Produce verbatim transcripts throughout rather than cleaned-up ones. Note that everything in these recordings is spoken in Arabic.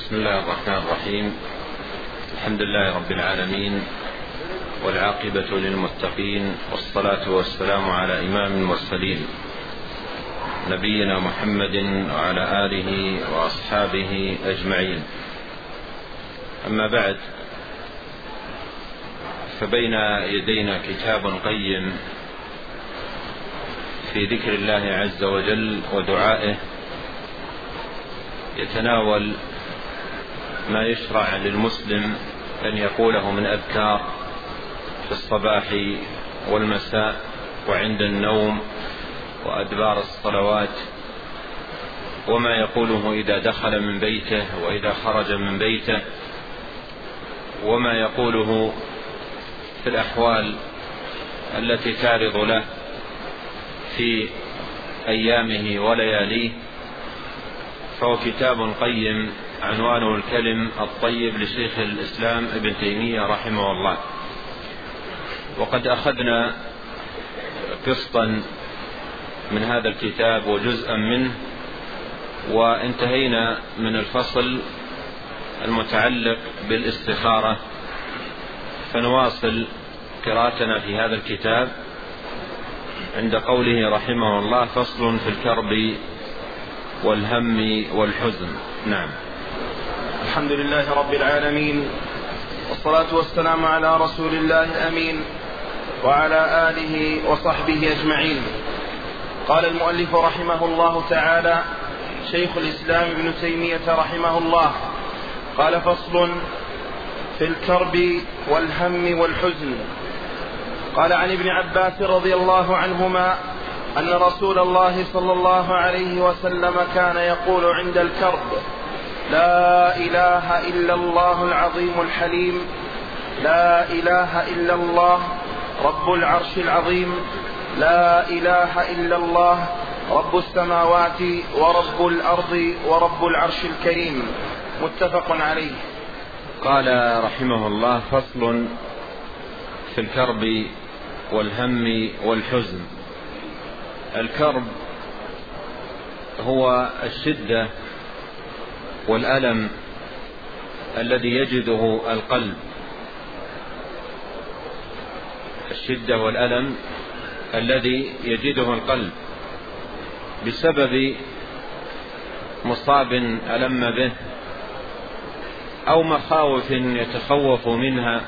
بسم الله الرحمن الرحيم. الحمد لله رب العالمين، والعاقبة للمتقين، والصلاة والسلام على إمام المرسلين نبينا محمد وعلى آله وأصحابه أجمعين. أما بعد، فبين يدينا كتاب قيم في ذكر الله عز وجل ودعائه، يتناول ما يشرع للمسلم أن يقوله من أذكار في الصباح والمساء وعند النوم وأدبار الصلوات، وما يقوله إذا دخل من بيته وإذا خرج من بيته، وما يقوله في الأحوال التي تعرض له في أيامه ولياليه. فهو كتاب قيم عنوانه الكلم الطيب لشيخ الإسلام ابن تيمية رحمه الله. وقد أخذنا قسطا من هذا الكتاب وجزءا منه، وانتهينا من الفصل المتعلق بالاستخارة، فنواصل قراءتنا في هذا الكتاب عند قوله رحمه الله: فصل في الكرب والهم والحزن. نعم. الحمد لله رب العالمين، والصلاة والسلام على رسول الله الأمين وعلى آله وصحبه أجمعين. قال المؤلف رحمه الله تعالى: شيخ الإسلام ابن تيمية رحمه الله قال: فصل في الكرب والهم والحزن. قال عن ابن عباس رضي الله عنهما أن رسول الله صلى الله عليه وسلم كان يقول عند الكرب: لا إله إلا الله العظيم الحليم، لا إله إلا الله رب العرش العظيم، لا إله إلا الله رب السماوات ورب الأرض ورب العرش الكريم. متفق عليه. قال رحمه الله: فصل في الكرب والهم والحزن. الكرب هو الشدة والألم الذي يجده القلب، الشدة والألم الذي يجده القلب بسبب مصاب ألم به أو مخاوف يتخوف منها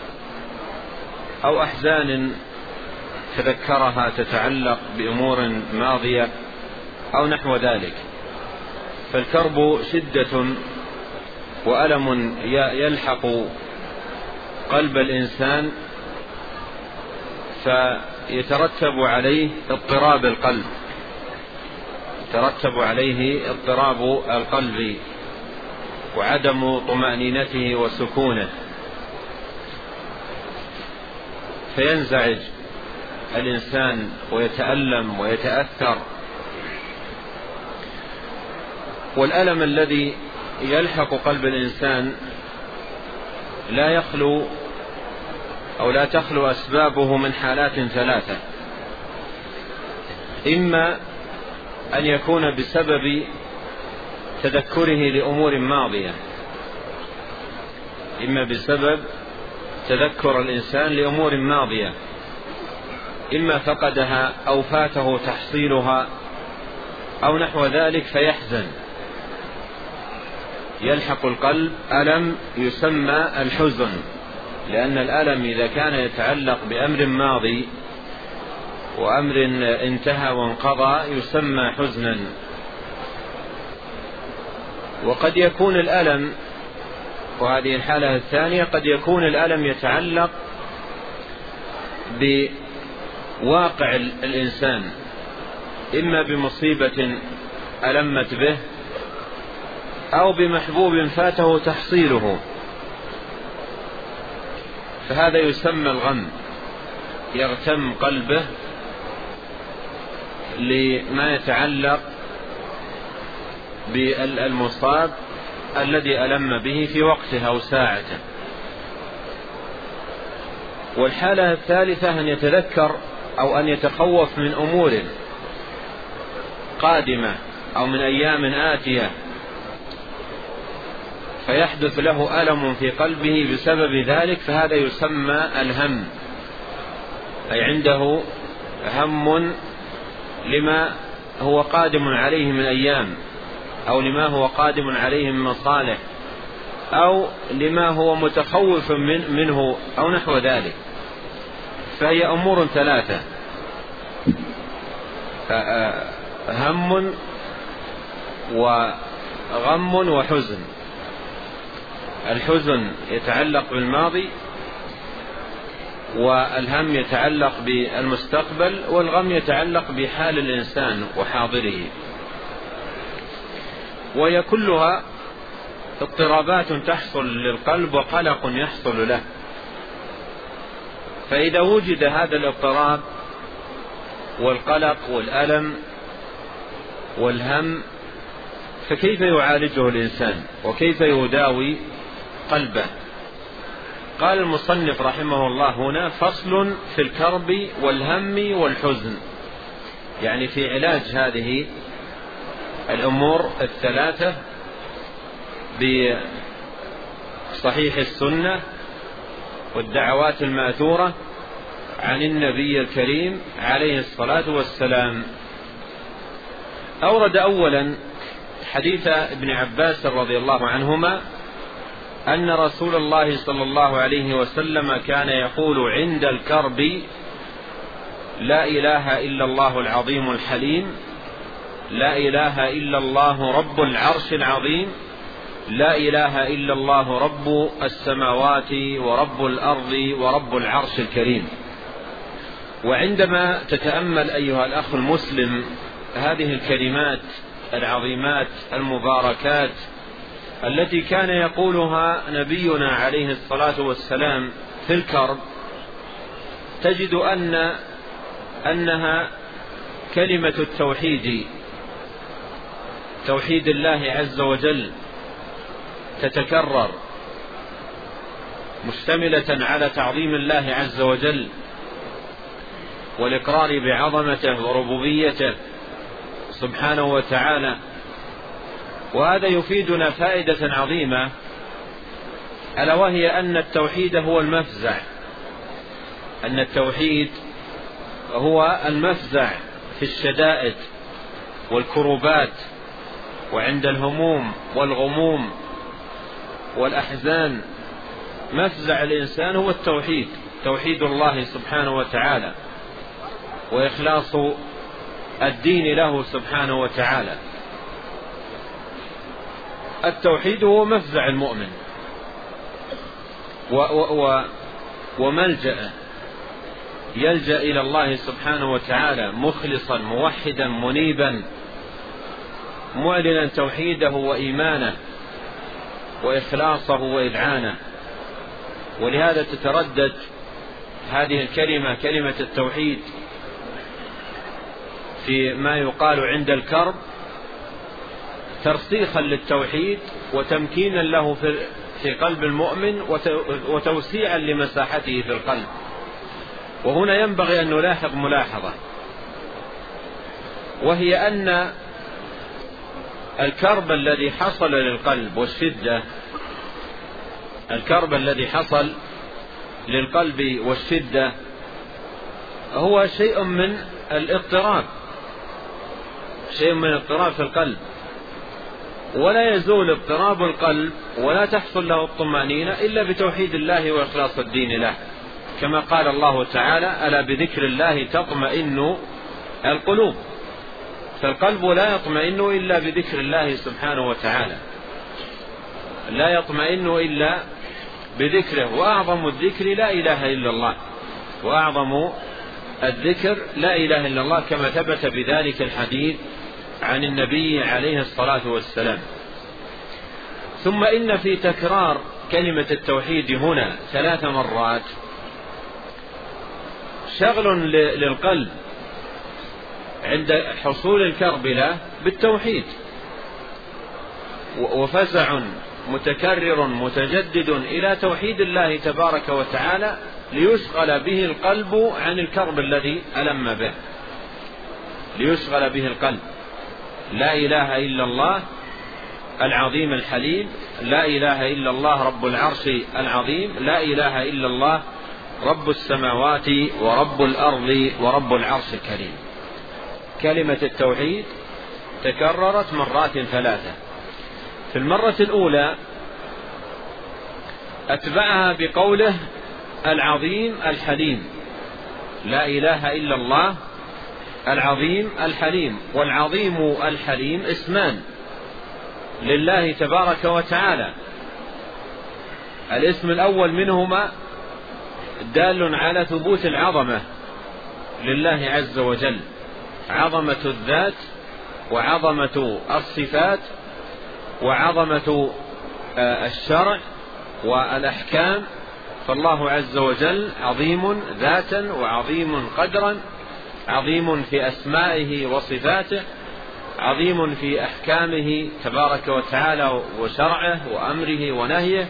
أو أحزان تذكرها تتعلق بأمور ماضية أو نحو ذلك. فالكرب شدة وألم يلحق قلب الإنسان، فيترتب عليه اضطراب القلب، يترتب عليه اضطراب القلب وعدم طمأنينته وسكونه، فينزعج الإنسان ويتألم ويتأثر. والألم الذي يلحق قلب الإنسان لا يخلو أو لا تخلو أسبابه من حالات ثلاثة: إما أن يكون بسبب تذكره لأمور ماضية، إما بسبب تذكر الإنسان لأمور ماضية، إما فقدها أو فاته تحصيلها أو نحو ذلك فيحزن، يلحق القلب ألم يسمى الحزن، لأن الألم إذا كان يتعلق بأمر ماضي وأمر انتهى وانقضى يسمى حزنا. وقد يكون الألم، وهذه الحالة الثانية، قد يكون الألم يتعلق بواقع الإنسان، إما بمصيبة ألمت به أو بمحبوب فاته تحصيله، فهذا يسمى الغم، يغتم قلبه لما يتعلق بالمصاب الذي ألم به في وقته أو ساعته. والحالة الثالثة أن يتذكر أو أن يتخوف من أمور قادمة أو من أيام آتية فيحدث له ألم في قلبه بسبب ذلك، فهذا يسمى الهم، أي عنده هم لما هو قادم عليه من أيام، أو لما هو قادم عليه من مصالح، أو لما هو متخوف من منه أو نحو ذلك. فهي أمور ثلاثة: هم وغم وحزن. الحزن يتعلق بالماضي، والهم يتعلق بالمستقبل، والغم يتعلق بحال الإنسان وحاضره. وهي كلها اضطرابات تحصل للقلب وقلق يحصل له. فإذا وجد هذا الاضطراب والقلق والألم والهم، فكيف يعالجه الإنسان وكيف يداوي قلبه؟ قال المصنف رحمه الله هنا: فصل في الكرب والهم والحزن، يعني في علاج هذه الأمور الثلاثة بصحيح السنة والدعوات الماثورة عن النبي الكريم عليه الصلاة والسلام. أورد أولا حديث ابن عباس رضي الله عنهما أن رسول الله صلى الله عليه وسلم كان يقول عند الكرب: لا إله إلا الله العظيم الحليم، لا إله إلا الله رب العرش العظيم، لا إله إلا الله رب السماوات ورب الأرض ورب العرش الكريم. وعندما تتأمل أيها الأخ المسلم هذه الكلمات العظيمات المباركات التي كان يقولها نبينا عليه الصلاة والسلام في الكرب، تجد أن أنها كلمة التوحيد، توحيد الله عز وجل، تتكرر مشتملة على تعظيم الله عز وجل والإقرار بعظمته وربوبيته سبحانه وتعالى. وهذا يفيدنا فائدة عظيمة، ألا وهي أن التوحيد هو المفزع، أن التوحيد هو المفزع في الشدائد والكروبات وعند الهموم والغموم والأحزان. مفزع الإنسان هو التوحيد، توحيد الله سبحانه وتعالى وإخلاص الدين له سبحانه وتعالى. التوحيد هو مفزع المؤمن و و وملجأ، يلجأ إلى الله سبحانه وتعالى مخلصا موحدا منيبا معلنا توحيده وإيمانه وإخلاصه وإذعانه. ولهذا تتردد هذه الكلمة، كلمة التوحيد، في ما يقال عند الكرب ترسيخا للتوحيد وتمكينا له في قلب المؤمن وتوسيعا لمساحته في القلب. وهنا ينبغي أن نلاحظ ملاحظة، وهي أن الكرب الذي حصل للقلب والشدة، الكرب الذي حصل للقلب والشدة هو شيء من الاضطراب، شيء من الاضطراب في القلب، ولا يزول اضطراب القلب ولا تحصل له الطمأنينة إلا بتوحيد الله وإخلاص الدين له، كما قال الله تعالى: ألا بذكر الله تطمئن القلوب. فالقلب لا يطمئن إلا بذكر الله سبحانه وتعالى، لا يطمئن إلا بذكره. وأعظم الذكر لا إله إلا الله، وأعظم الذكر لا إله إلا الله، كما ثبت بذلك الحديث عن النبي عليه الصلاة والسلام. ثم إن في تكرار كلمة التوحيد هنا ثلاث مرات شغل للقلب عند حصول الكرب له بالتوحيد، وفزع متكرر متجدد إلى توحيد الله تبارك وتعالى ليشغل به القلب عن الكرب الذي ألم به، ليشغل به القلب. لا إله إلا الله العظيم الحليم، لا إله إلا الله رب العرش العظيم، لا إله إلا الله رب السماوات ورب الأرض ورب العرش الكريم. كلمة التوحيد تكررت مرات ثلاثة. في المرة الأولى أتبعها بقوله العظيم الحليم، لا إله إلا الله العظيم الحليم. والعظيم الحليم اسمان لله تبارك وتعالى، الاسم الأول منهما دال على ثبوت العظمة لله عز وجل، عظمة الذات وعظمة الصفات وعظمة الشرع والأحكام. فالله عز وجل عظيم ذاتا وعظيم قدرا، عظيم في أسمائه وصفاته، عظيم في أحكامه تبارك وتعالى وشرعه وأمره ونهيه.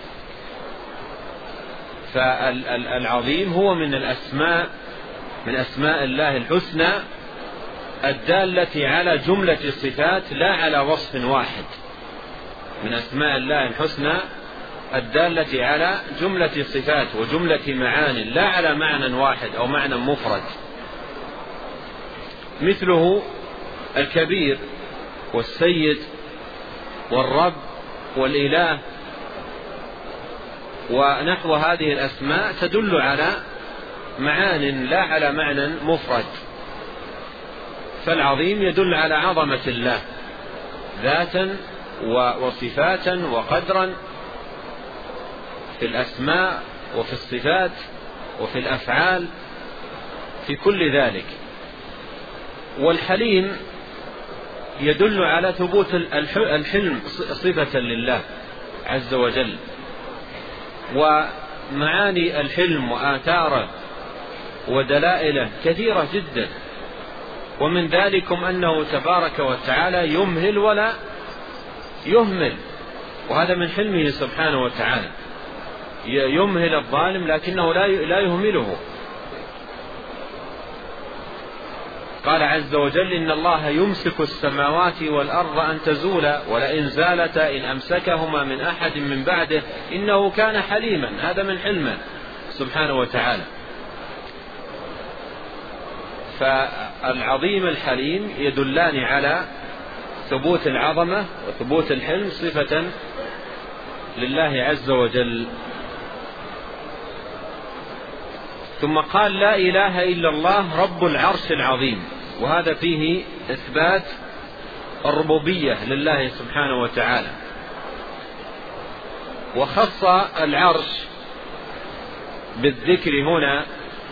فالعظيم هو من الأسماء من أسماء الله الحسنى الدالة على جملة الصفات لا على وصف واحد، من أسماء الله الحسنى الدالة على جملة الصفات وجملة معان لا على معنى واحد أو معنى مفرد. مثله الكبير والسيد والرب والإله ونحو هذه الأسماء تدل على معان لا على معنى مفرد. فالعظيم يدل على عظمة الله ذاتا وصفاتا وقدرا في الأسماء وفي الصفات وفي الأفعال في كل ذلك. والحليم يدل على ثبوت الحلم صفة لله عز وجل، ومعاني الحلم وآثاره ودلائله كثيرة جدا، ومن ذلكم أنه تبارك وتعالى يمهل ولا يهمل، وهذا من حلمه سبحانه وتعالى، يمهل الظالم لكنه لا يهمله. قال عز وجل إن الله يمسك السماوات والأرض أن تزولا ولئن زالتا إن أمسكهما من أحد من بعده إنه كان حليما. هذا من حلمه سبحانه وتعالى. فالعظيم الحليم يدلان على ثبوت العظمة وثبوت الحلم صفة لله عز وجل. ثم قال لا إله إلا الله رب العرش العظيم، وهذا فيه إثبات الربوبية لله سبحانه وتعالى. وخص العرش بالذكر هنا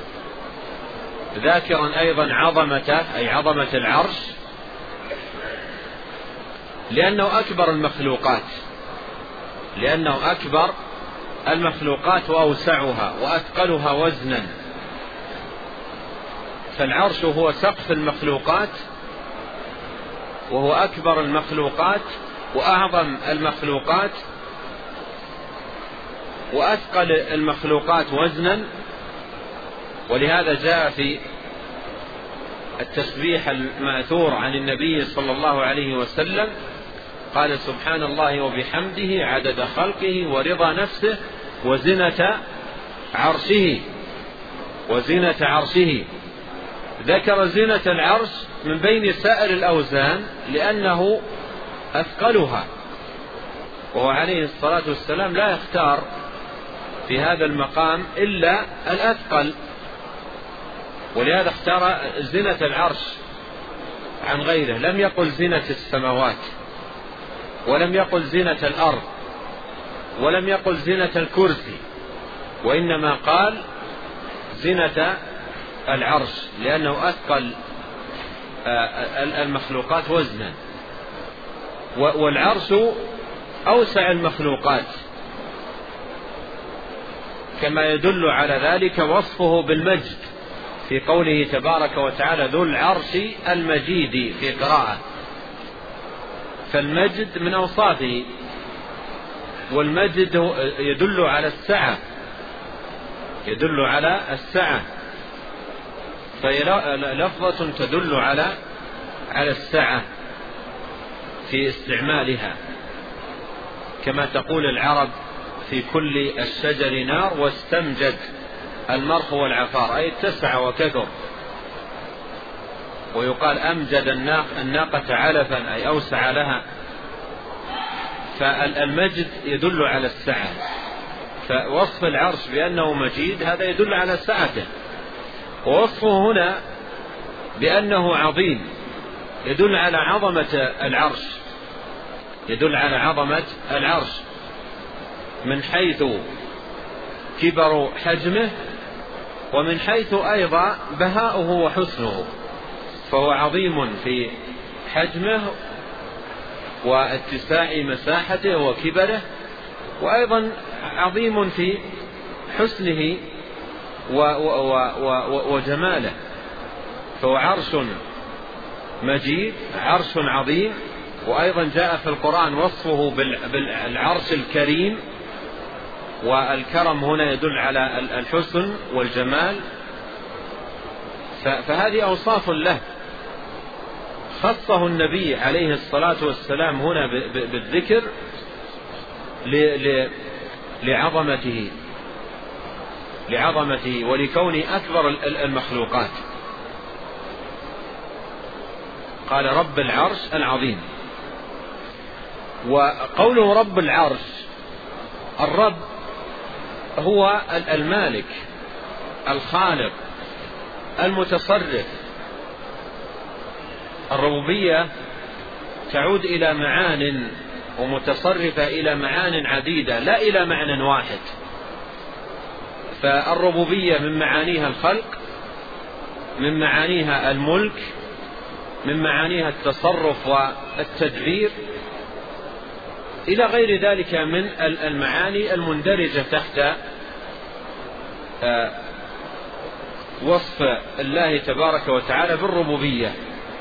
ذاكرا أيضا عظمته أي عظمة العرش، لأنه أكبر المخلوقات لأنه أكبر المخلوقات وأوسعها وأثقلها وزنا. فالعرش هو سقف المخلوقات، وهو أكبر المخلوقات وأعظم المخلوقات وأثقل المخلوقات وزنا. ولهذا جاء في التسبيح المأثور عن النبي صلى الله عليه وسلم قال سبحان الله وبحمده عدد خلقه ورضا نفسه وزنة عرشه وزنة عرشه. ذكر زنة العرش من بين سائر الأوزان لأنه أثقلها، وهو عليه الصلاة والسلام لا يختار في هذا المقام إلا الأثقل، ولهذا اختار زنة العرش عن غيره. لم يقل زنة السماوات، ولم يقل زنة الأرض، ولم يقل زنة الكرسي، وإنما قال زنة العرش لأنه أثقل المخلوقات وزنا. والعرش أوسع المخلوقات، كما يدل على ذلك وصفه بالمجد في قوله تبارك وتعالى ذو العرش المجيد في قراءة. فالمجد من أوصافه، والمجد يدل على السعة يدل على السعة فهي لفظة تدل على على السعة في استعمالها. كما تقول العرب في كل الشجر نار واستمجد المرخ والعفار، أي اتسع وكثر. ويقال أمجد الناقة علفا أي أوسع لها. فالمجد يدل على السعة، فوصف العرش بأنه مجيد هذا يدل على سعته، ووصفه هنا بأنه عظيم يدل على عظمة العرش، يدل على عظمة العرش من حيث كبر حجمه ومن حيث أيضا بهاؤه وحسنه، فهو عظيم في حجمه واتساع مساحته وكبره، وأيضا عظيم في حسنه وجماله، فهو عرش مجيد عرش عظيم. وأيضا جاء في القرآن وصفه بالعرش الكريم، والكرم هنا يدل على الحسن والجمال، فهذه أوصاف له خصه النبي عليه الصلاة والسلام هنا بالذكر لعظمته لعظمته ولكونه أكبر المخلوقات. قال رب العرش العظيم. وقوله رب العرش، الرب هو المالك الخالق المتصرف. الربوبية تعود إلى معان ومتصرفة إلى معان عديدة لا إلى معنى واحد. فالربوبية من معانيها الخلق، من معانيها الملك، من معانيها التصرف والتدبير، إلى غير ذلك من المعاني المندرجة تحت وصف الله تبارك وتعالى بالربوبية.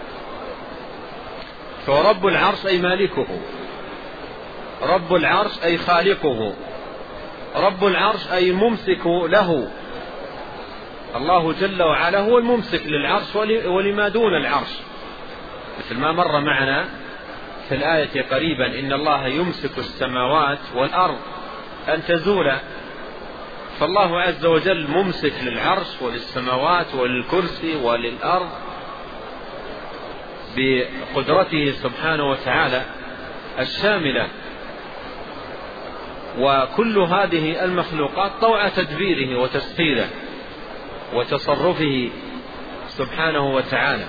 فرب العرش أي مالكه، رب العرش أي خالقه، رب العرش أي ممسك له. الله جل وعلا هو الممسك للعرش ولما دون العرش، مثل ما مر معنا في الآية قريبا: إن الله يمسك السماوات والأرض أن تزولا. فالله عز وجل ممسك للعرش وللسماوات وللكرسي وللأرض بقدرته سبحانه وتعالى الشاملة، وكل هذه المخلوقات طوع تدبيره وتسخيره وتصرفه سبحانه وتعالى.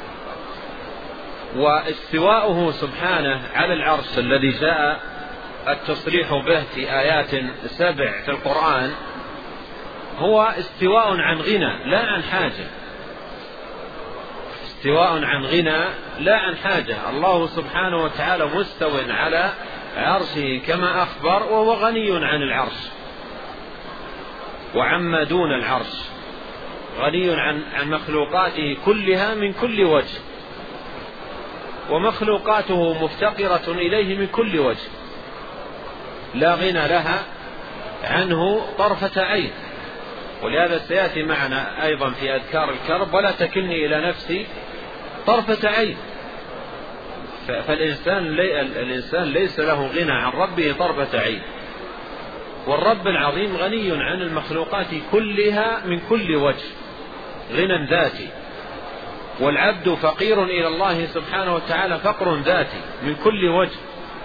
واستواؤه سبحانه على العرش الذي جاء التصريح به في آيات سبع في القرآن هو استواء عن غنى لا عن حاجة، استواء عن غنى لا عن حاجة. الله سبحانه وتعالى مستو على عرشه كما أخبر، وهو غني عن العرش وعما دون العرش، غني عن عن مخلوقاته كلها من كل وجه، ومخلوقاته مفتقرة إليه من كل وجه، لا غنى لها عنه طرفة عين. ولهذا سيأتي معنا أيضا في أذكار الكرب: ولا تكلني إلى نفسي طرفة عين. فالإنسان لي الإنسان ليس له غنى عن ربه طرفة عين، والرب العظيم غني عن المخلوقات كلها من كل وجه غنى ذاتي، والعبد فقير إلى الله سبحانه وتعالى فقر ذاتي من كل وجه.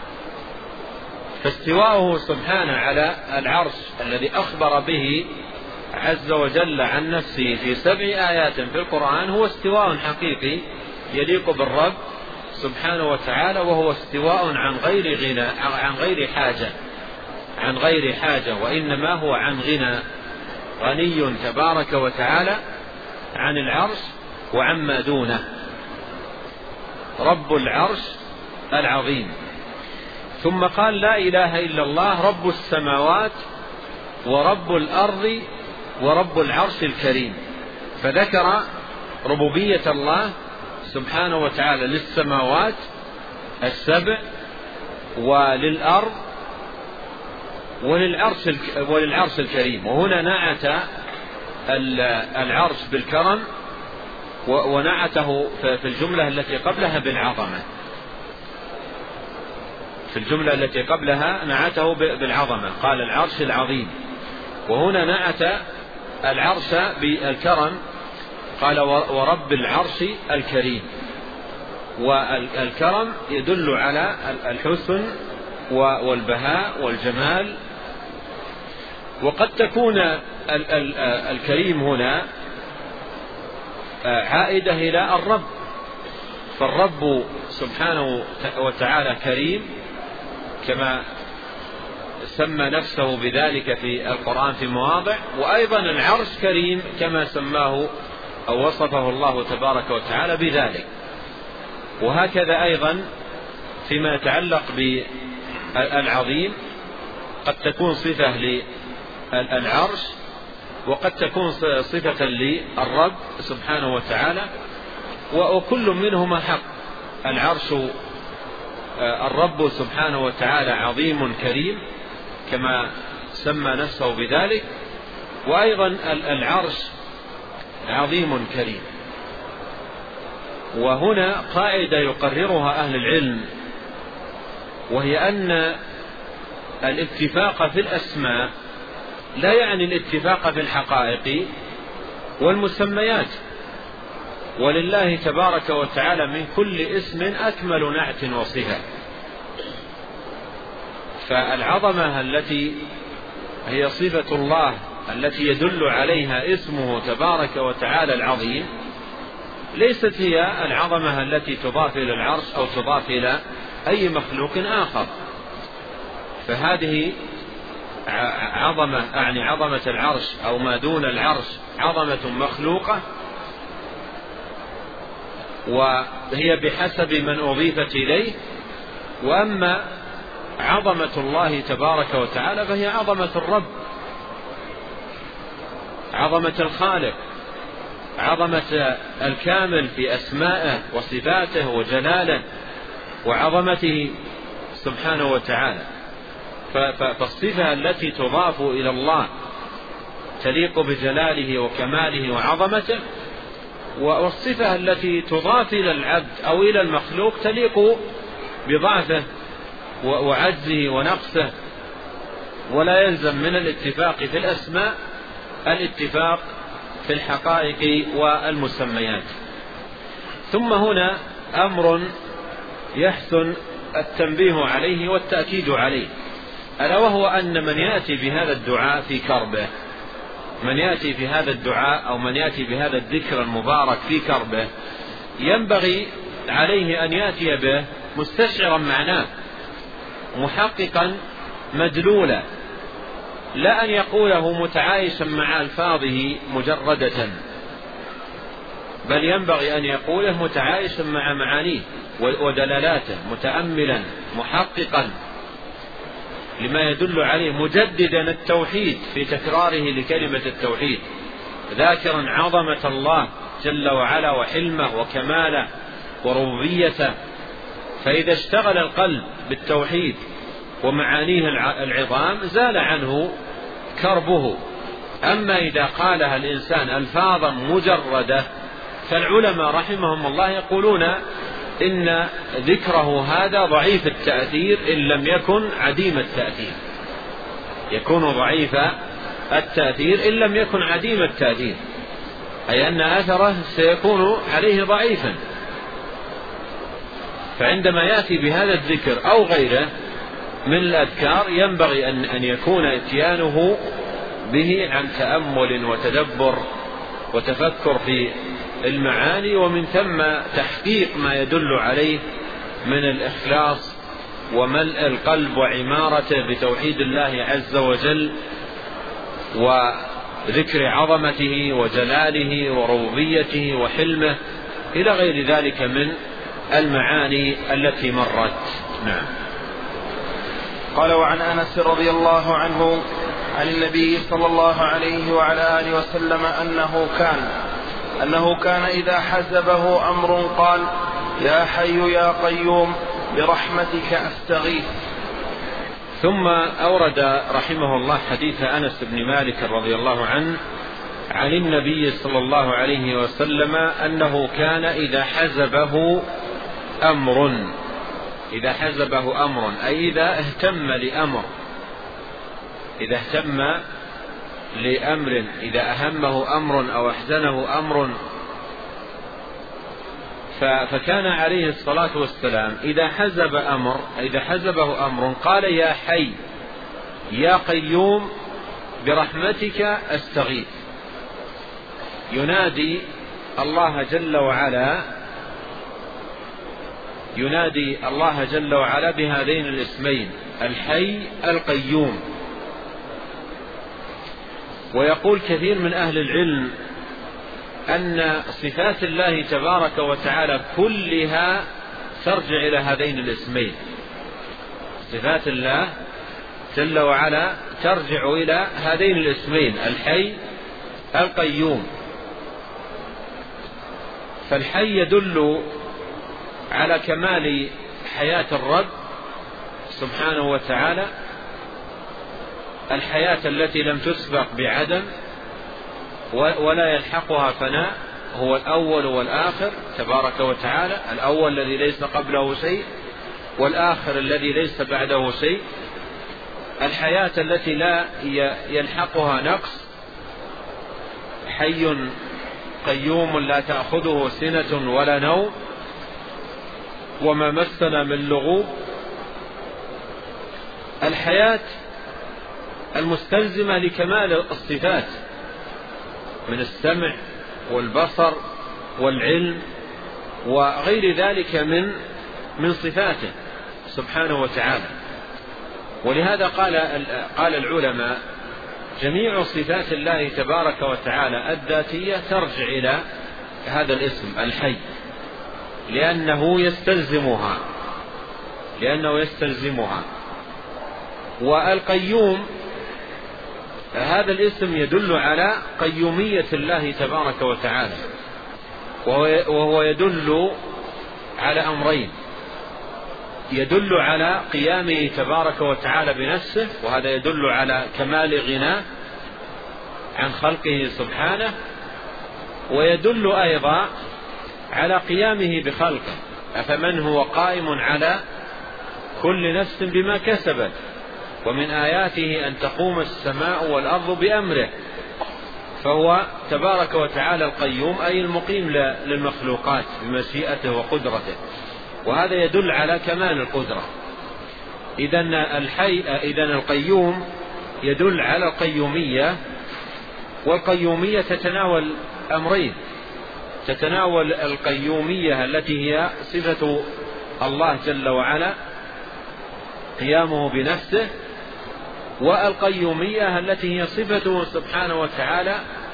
فاستواؤه سبحانه على العرش الذي أخبر به عز وجل عن نفسه في سبع آيات في القرآن هو استواء حقيقي يليق بالرب سبحانه وتعالى، وهو استواء عن غير غنى، عن غير حاجة، عن غير حاجة وإنما هو عن غنى. غني تبارك وتعالى عن العرش وعما دونه. رب العرش العظيم. ثم قال: لا إله إلا الله رب السماوات ورب الأرض ورب العرش الكريم. فذكر ربوبية الله سبحانه وتعالى للسماوات السبع وللأرض وللعرش وللعرش الكريم. وهنا نعت العرش بالكرم، ونعته في الجملة التي قبلها بالعظمة. في في الجملة التي قبلها نعته بالعظمة، قال العرش العظيم، وهنا نعت العرش بالكرم، قال ورب العرش الكريم. والكرم يدل على الحسن والبهاء والجمال. وقد تكون الكريم هنا عائدة إلى الرب، فالرب سبحانه وتعالى كريم كما سمى نفسه بذلك في القرآن في مواضع، وأيضا العرش كريم كما سماه أو وصفه الله تبارك وتعالى بذلك. وهكذا أيضا فيما يتعلق بالعظيم قد تكون صفة للعرش وقد تكون صفة للرب سبحانه وتعالى، وكل منهما حق. العرش الرب سبحانه وتعالى عظيم كريم كما سمى نفسه بذلك، وأيضا العرش عظيم كريم. وهنا قاعدة يقررها أهل العلم، وهي أن الاتفاق في الأسماء لا يعني الاتفاق في الحقائق والمسميات، ولله تبارك وتعالى من كل اسم أكمل نعت وصفة. فالعظمة التي هي صفة الله التي يدل عليها اسمه تبارك وتعالى العظيم ليست هي العظمة التي تضاف إلى العرش أو تضاف إلى أي مخلوق آخر. فهذه عظمة يعني عظمة العرش أو ما دون العرش عظمة مخلوقة، وهي بحسب من أضيفت إليه. وأما عظمة الله تبارك وتعالى فهي عظمة الرب، عظمة الخالق، عظمة الكامل في أسمائه وصفاته وجلاله وعظمته سبحانه وتعالى. فالصفة التي تضاف إلى الله تليق بجلاله وكماله وعظمته، والصفة التي تضاف إلى العبد أو إلى المخلوق تليق بضعفه وعجزه ونقصه. ولا يلزم من الاتفاق في الأسماء الاتفاق في الحقائق والمسميات. ثم هنا أمر يحسن التنبيه عليه والتأكيد عليه، ألا وهو أن من يأتي بهذا الدعاء في كربه، من يأتي بهذا الدعاء أو من يأتي بهذا الذكر المبارك في كربه ينبغي عليه أن يأتي به مستشعرا معناه محققا مدلولا، لا أن يقوله متعايشا مع ألفاظه مجردة، بل ينبغي أن يقوله متعايشا مع معانيه ودلالاته، متأملا محققا لما يدل عليه، مجددا التوحيد في تكراره لكلمة التوحيد، ذاكرا عظمة الله جل وعلا وحلمه وكماله وربوبيته. فإذا اشتغل القلب بالتوحيد ومعانيه العظام زال عنه كربه. أما إذا قالها الإنسان ألفاظا مجردة فالعلماء رحمهم الله يقولون إن ذكره هذا ضعيف التأثير إن لم يكن عديم التأثير، يكون ضعيف التأثير إن لم يكن عديم التأثير، أي أن أثره سيكون عليه ضعيفا. فعندما يأتي بهذا الذكر أو غيره من الأذكار ينبغي أن أن يكون اتيانه به عن تأمل وتدبر وتفكر في المعاني، ومن ثم تحقيق ما يدل عليه من الإخلاص وملء القلب وعمارته بتوحيد الله عز وجل وذكر عظمته وجلاله وربوبيته وحلمه إلى غير ذلك من المعاني التي مرت. نعم. قال: وعن أنس رضي الله عنه عن النبي صلى الله عليه وعلى آله وسلم أنه كان أنه كان إذا حزبه أمر قال: يا حي يا قيوم برحمتك أستغيث. ثم أورد رحمه الله حديث أنس بن مالك رضي الله عنه عن النبي صلى الله عليه وسلم أنه كان إذا حزبه أمر، إذا حزبه أمر أي إذا اهتم لأمر، إذا اهتم لأمر، إذا أهمه أمر أو أحزنه أمر. فكان عليه الصلاة والسلام إذا حزب أمر إذا حزبه أمر قال يا حي يا قيوم برحمتك أستغيث، ينادي الله جل وعلا ينادي الله جل وعلا بهذين الاسمين الحي القيوم. ويقول كثير من أهل العلم أن صفات الله تبارك وتعالى كلها ترجع إلى هذين الاسمين، صفات الله جل وعلا ترجع إلى هذين الاسمين الحي القيوم. فالحي يدل على كمال حياة الرب سبحانه وتعالى، الحياة التي لم تسبق بعدم ولا يلحقها فناء، هو الأول والآخر تبارك وتعالى، الأول الذي ليس قبله شيء والآخر الذي ليس بعده شيء، الحياة التي لا يلحقها نقص، حي قيوم لا تأخذه سنة ولا نوم وما مسنا من لغوب، الحياة المستلزمة لكمال الصفات من السمع والبصر والعلم وغير ذلك من من صفاته سبحانه وتعالى. ولهذا قال قال العلماء جميع صفات الله تبارك وتعالى الذاتية ترجع إلى هذا الاسم الحي، لأنه يستلزمها لأنه يستلزمها والقيوم هذا الاسم يدل على قيومية الله تبارك وتعالى، وهو يدل على أمرين، يدل على قيامه تبارك وتعالى بنفسه، وهذا يدل على كمال غناه عن خلقه سبحانه، ويدل أيضا على قيامه بخلقه، أفمن هو قائم على كل نفس بما كسبت ومن آياته أن تقوم السماء والأرض بأمره. فهو تبارك وتعالى القيوم أي المقيم للمخلوقات بمشيئته وقدرته، وهذا يدل على كمال القدرة. إذن الحي إذن القيوم يدل على القيومية، والقيومية تتناول أمرين، تتناول القيومية التي هي صفة الله جل وعلا قيامه بنفسه، والقيومية التي هي صفته سبحانه وتعالى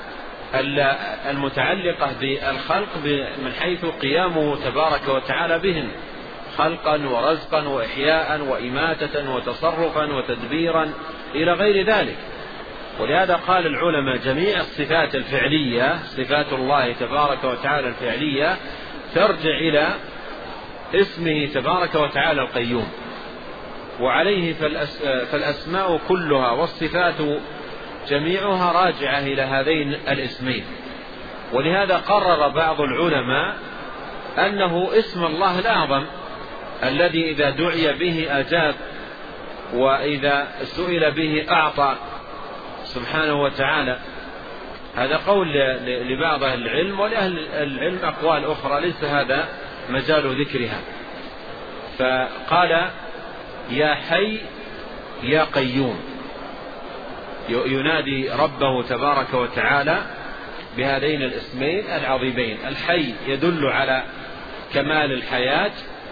المتعلقة بالخلق من حيث قيامه تبارك وتعالى بهم خلقا ورزقا وإحياء وإماتة وتصرفا وتدبيرا إلى غير ذلك. ولهذا قال العلماء جميع الصفات الفعلية صفات الله تبارك وتعالى الفعلية ترجع إلى اسمه تبارك وتعالى القيوم، وعليه فالأسماء كلها والصفات جميعها راجعة إلى هذين الاسمين. ولهذا قرر بعض العلماء أنه اسم الله الأعظم الذي إذا دعي به أجاب، وإذا سئل به أعطى سبحانه وتعالى. هذا قول لبعض أهل العلم، ولأهل العلم أقوال أخرى ليس هذا مجال ذكرها. فقال يا حي يا قيوم، ينادي ربه تبارك وتعالى بهذين الاسمين العظيمين. الحي يدل على كمال الحياة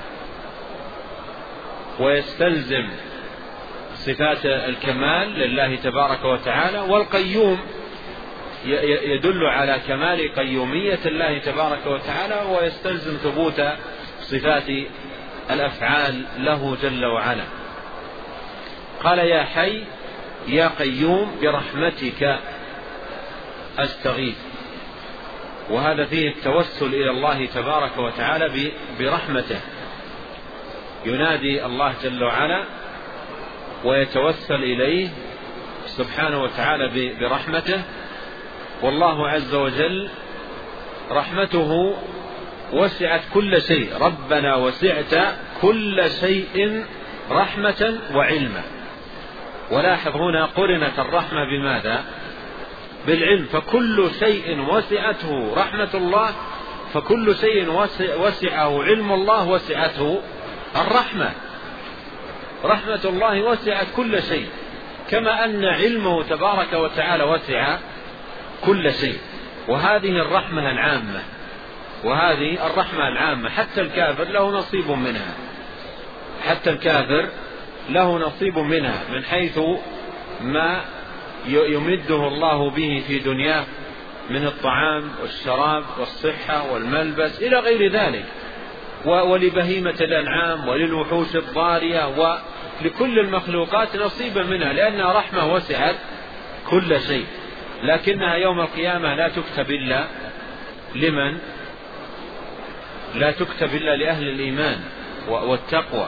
ويستلزم صفات الكمال لله تبارك وتعالى، والقيوم يدل على كمال قيومية الله تبارك وتعالى ويستلزم ثبوت صفات الأفعال له جل وعلا. قال يا حي يا قيوم برحمتك أستغيث، وهذا فيه التوسل إلى الله تبارك وتعالى برحمته، ينادي الله جل وعلا ويتوسل إليه سبحانه وتعالى برحمته. والله عز وجل رحمته وسعت كل شيء، ربنا وسعت كل شيء رحمة وعلما. ولاحظ هنا قرنت الرحمة بماذا؟ بالعلم. فكل شيء وسعته رحمة الله، فكل شيء وسعه علم الله وسعته الرحمة. رحمة الله وسعت كل شيء، كما أن علمه تبارك وتعالى وسع كل شيء. وهذه الرحمة العامة، وهذه الرحمة العامة. حتى الكافر له نصيب منها، حتى الكافر له نصيب منها، من حيث ما يمده الله به في دنياه من الطعام والشراب والصحة والملبس إلى غير ذلك، ولبهيمة الأنعام وللوحوش الضارية ولكل المخلوقات نصيبا منها، لأنها رحمة وسعت كل شيء. لكنها يوم القيامة لا تكتب إلا لمن؟ لا تكتب إلا لأهل الإيمان والتقوى،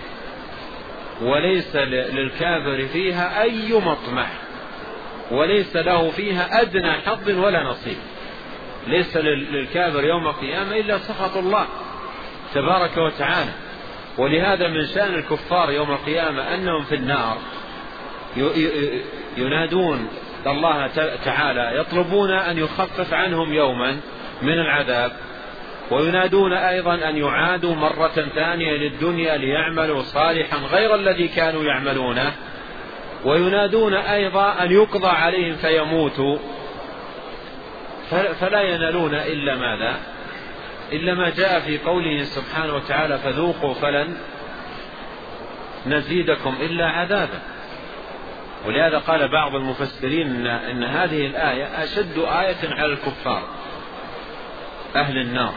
وليس للكافر فيها أي مطمع، وليس له فيها أدنى حظ ولا نصيب. ليس للكافر يوم القيامة إلا سخط الله تبارك وتعالى. ولهذا من شأن الكفار يوم القيامة أنهم في النار ينادون الله تعالى، يطلبون أن يخفف عنهم يوما من العذاب، وينادون أيضا أن يعادوا مرة ثانية للدنيا ليعملوا صالحا غير الذي كانوا يعملونه، وينادون أيضا أن يقضى عليهم فيموتوا، فلا ينالون إلا ماذا؟ إلا ما جاء في قوله سبحانه وتعالى فذوقوا فلن نزيدكم إلا عذابا. ولهذا قال بعض المفسرين إن هذه الآية أشد آية على الكفار أهل النار،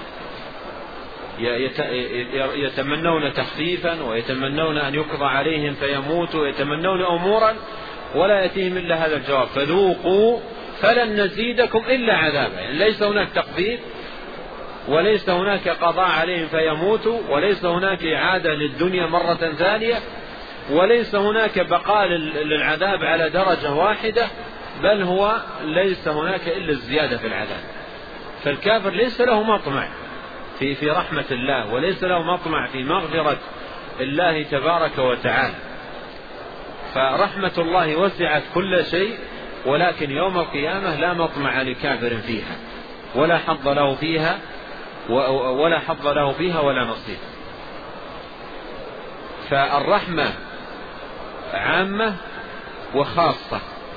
يتمنون تخفيفا ويتمنون أن يقضى عليهم فيموتوا، ويتمنون أمورا ولا يأتيهم إلا هذا الجواب فذوقوا فلن نزيدكم إلا عذابا. يعني ليس هناك تخفيف، وليس هناك قضاء عليهم فيموتوا، وليس هناك إعادة للدنيا مرة ثانية، وليس هناك بقاء للعذاب على درجة واحدة، بل هو ليس هناك إلا الزيادة في العذاب. فالكافر ليس له مطمع في في رحمة الله، وليس له مطمع في مغفرة الله تبارك وتعالى. فرحمة الله وسعت كل شيء، ولكن يوم القيامة لا مطمع لكافر فيها، ولا حظ له فيها ولا حظ له فيها ولا نصيب. فالرحمة عامة وخاصة،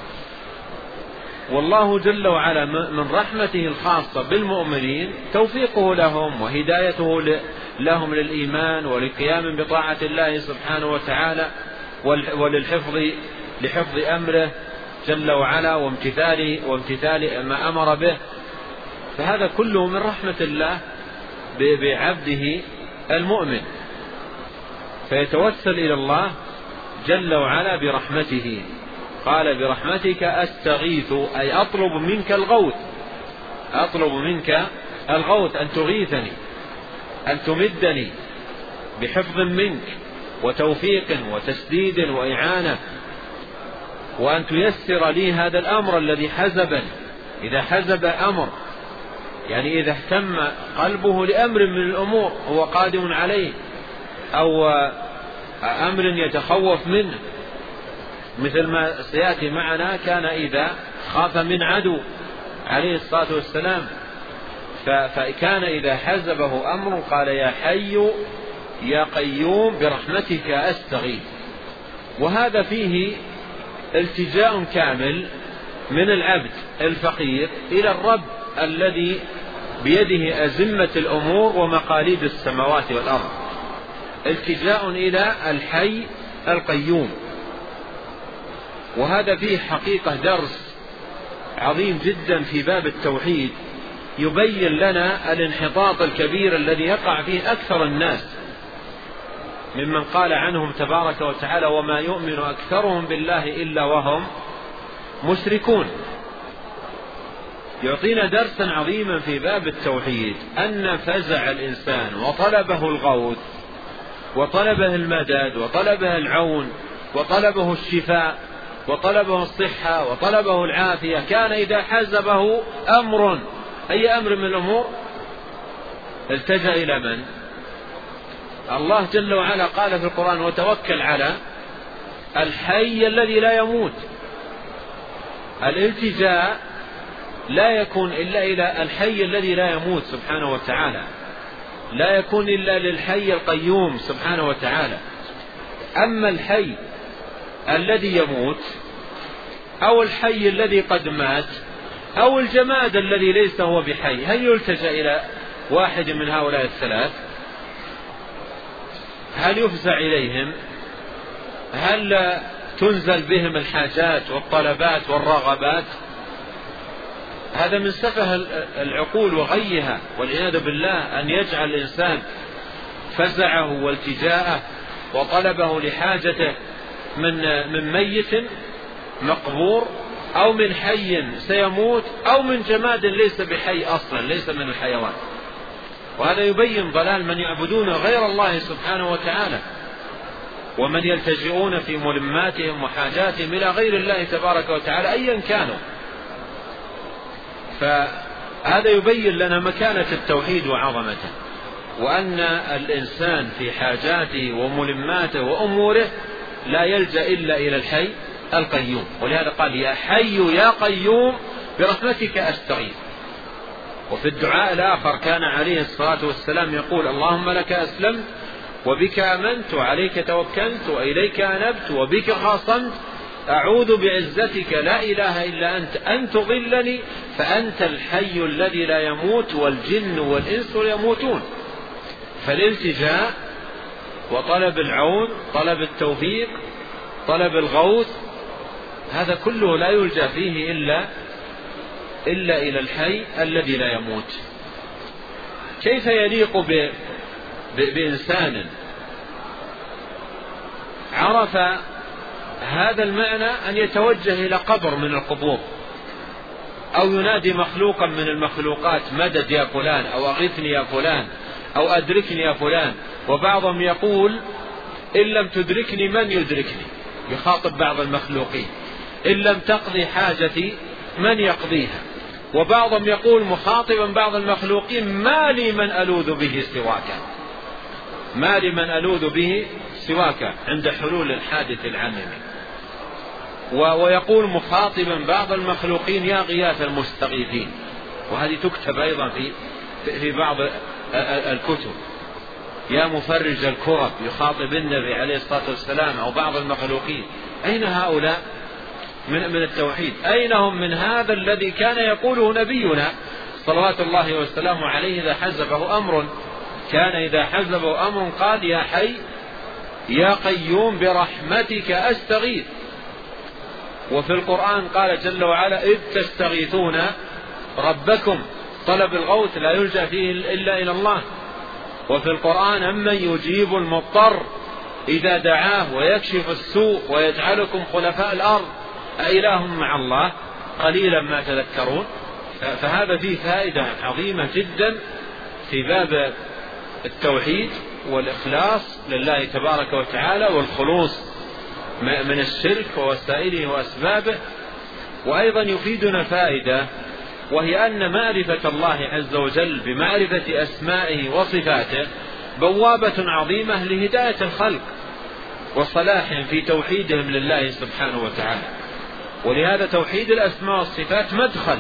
والله جل وعلا من رحمته الخاصة بالمؤمنين توفيقه لهم وهدايته لهم للإيمان ولقيام بطاعة الله سبحانه وتعالى وللحفظ لحفظ أمره جل وعلا وامتثال وامتثال ما أمر به. فهذا كله من رحمة الله بعبده المؤمن، فيتوسل إلى الله جل وعلا برحمته. قال برحمتك أستغيث، أي أطلب منك الغوث، أطلب منك الغوث، أن تغيثني، أن تمدني بحفظ منك وتوفيق وتسديد وإعانة، وأن تيسر لي هذا الأمر الذي حزبني. إذا حزب أمر يعني إذا اهتم قلبه لأمر من الأمور هو قادم عليه، أو أمر يتخوف منه، مثل ما سيأتي معنا كان إذا خاف من عدو عليه الصلاة والسلام، فكان إذا حزبه أمر قال يا حي يا قيوم برحمتك أستغيث. وهذا فيه التجاء كامل من العبد الفقير إلى الرب الذي بيده أزمة الأمور ومقاليد السماوات والأرض، التجاء إلى الحي القيوم. وهذا فيه حقيقة درس عظيم جدا في باب التوحيد، يبين لنا الانحطاط الكبير الذي يقع فيه أكثر الناس ممن قال عنهم تبارك وتعالى وما يؤمن أكثرهم بالله إلا وهم مشركون. يعطينا درسا عظيما في باب التوحيد، أن فزع الإنسان وطلبه الغوث وطلبه المدد وطلبه العون وطلبه الشفاء وطلبه الصحة وطلبه العافية، كان إذا حزبه أمر أي أمر من الأمور التجأ إلى من؟ الله جل وعلا قال في القرآن وتوكل على الحي الذي لا يموت. الالتجاء لا يكون إلا إلى الحي الذي لا يموت سبحانه وتعالى، لا يكون إلا للحي القيوم سبحانه وتعالى. أما الحي الذي يموت أو الحي الذي قد مات أو الجماد الذي ليس هو بحي، هل يلتجأ إلى واحد من هؤلاء الثلاث؟ هل يفزع إليهم؟ هل تنزل بهم الحاجات والطلبات والرغبات؟ هذا من سفه العقول وغيها، والعياذ بالله أن يجعل الإنسان فزعه والتجاءه وطلبه لحاجته من من ميت مقبور أو من حي سيموت أو من جماد ليس بحي أصلا، ليس من الحيوان. وهذا يبين ضلال من يعبدون غير الله سبحانه وتعالى، ومن يلتجئون في ملماتهم وحاجاتهم إلى غير الله تبارك وتعالى أيا كانوا. فهذا يبين لنا مكانة التوحيد وعظمته، وأن الإنسان في حاجاته وملماته وأموره لا يلجأ إلا إلى الحي القيوم. ولهذا قال يا حي يا قيوم برحمتك أستغيث. وفي الدعاء الآخر كان عليه الصلاة والسلام يقول اللهم لك أسلمت وبك آمنت وعليك توكلت وإليك أنبت وبك خاصمت أعوذ بعزتك لا إله إلا أنت أن تضلني فأنت الحي الذي لا يموت والجن والإنس يموتون. فالالتجاء وطلب العون، طلب التوفيق، طلب الغوث، هذا كله لا يلجأ فيه إلا إلا إلى الحي الذي لا يموت. كيف يليق ب... ب... بإنسان عرف هذا المعنى أن يتوجه إلى قبر من القبور أو ينادي مخلوقا من المخلوقات مدد يا فلان أو أغثني يا فلان أو أدركني يا فلان؟ وبعضهم يقول إن لم تدركني من يدركني، يخاطب بعض المخلوقين، إن لم تقضي حاجتي من يقضيها. وبعضهم يقول مخاطبا بعض المخلوقين ما لي من ألوذ به سواك، ما لي من ألوذ به سواك عند حلول الحادث العميم. ويقول مخاطبا بعض المخلوقين يا غياث المستغيثين، وهذه تكتب أيضا في في بعض الكتب، يا مفرج الكرب، يخاطب النبي عليه الصلاة والسلام أو بعض المخلوقين. أين هؤلاء من من التوحيد؟ أين هم من هذا الذي كان يقوله نبينا صلوات الله وسلامه عليه إذا حزبه أمر؟ كان إذا حزبه أمر قال يا حي يا قيوم برحمتك أستغيث. وفي القرآن قال جل وعلا إذ تستغيثون ربكم، طلب الغوث لا يلجأ فيه إلا إلى الله. وفي القرآن أمن يجيب المضطر إذا دعاه ويكشف السوء ويجعلكم خلفاء الأرض أإله مع الله قليلا ما تذكرون. فهذا فيه فائدة عظيمة جدا في باب التوحيد والإخلاص لله تبارك وتعالى والخلوص من الشرك ووسائله وأسبابه. وأيضا يفيدنا فائدة، وهي أن معرفة الله عز وجل بمعرفة أسمائه وصفاته بوابة عظيمة لهداية الخلق وصلاحهم في توحيدهم لله سبحانه وتعالى. ولهذا توحيد الأسماء والصفات مدخل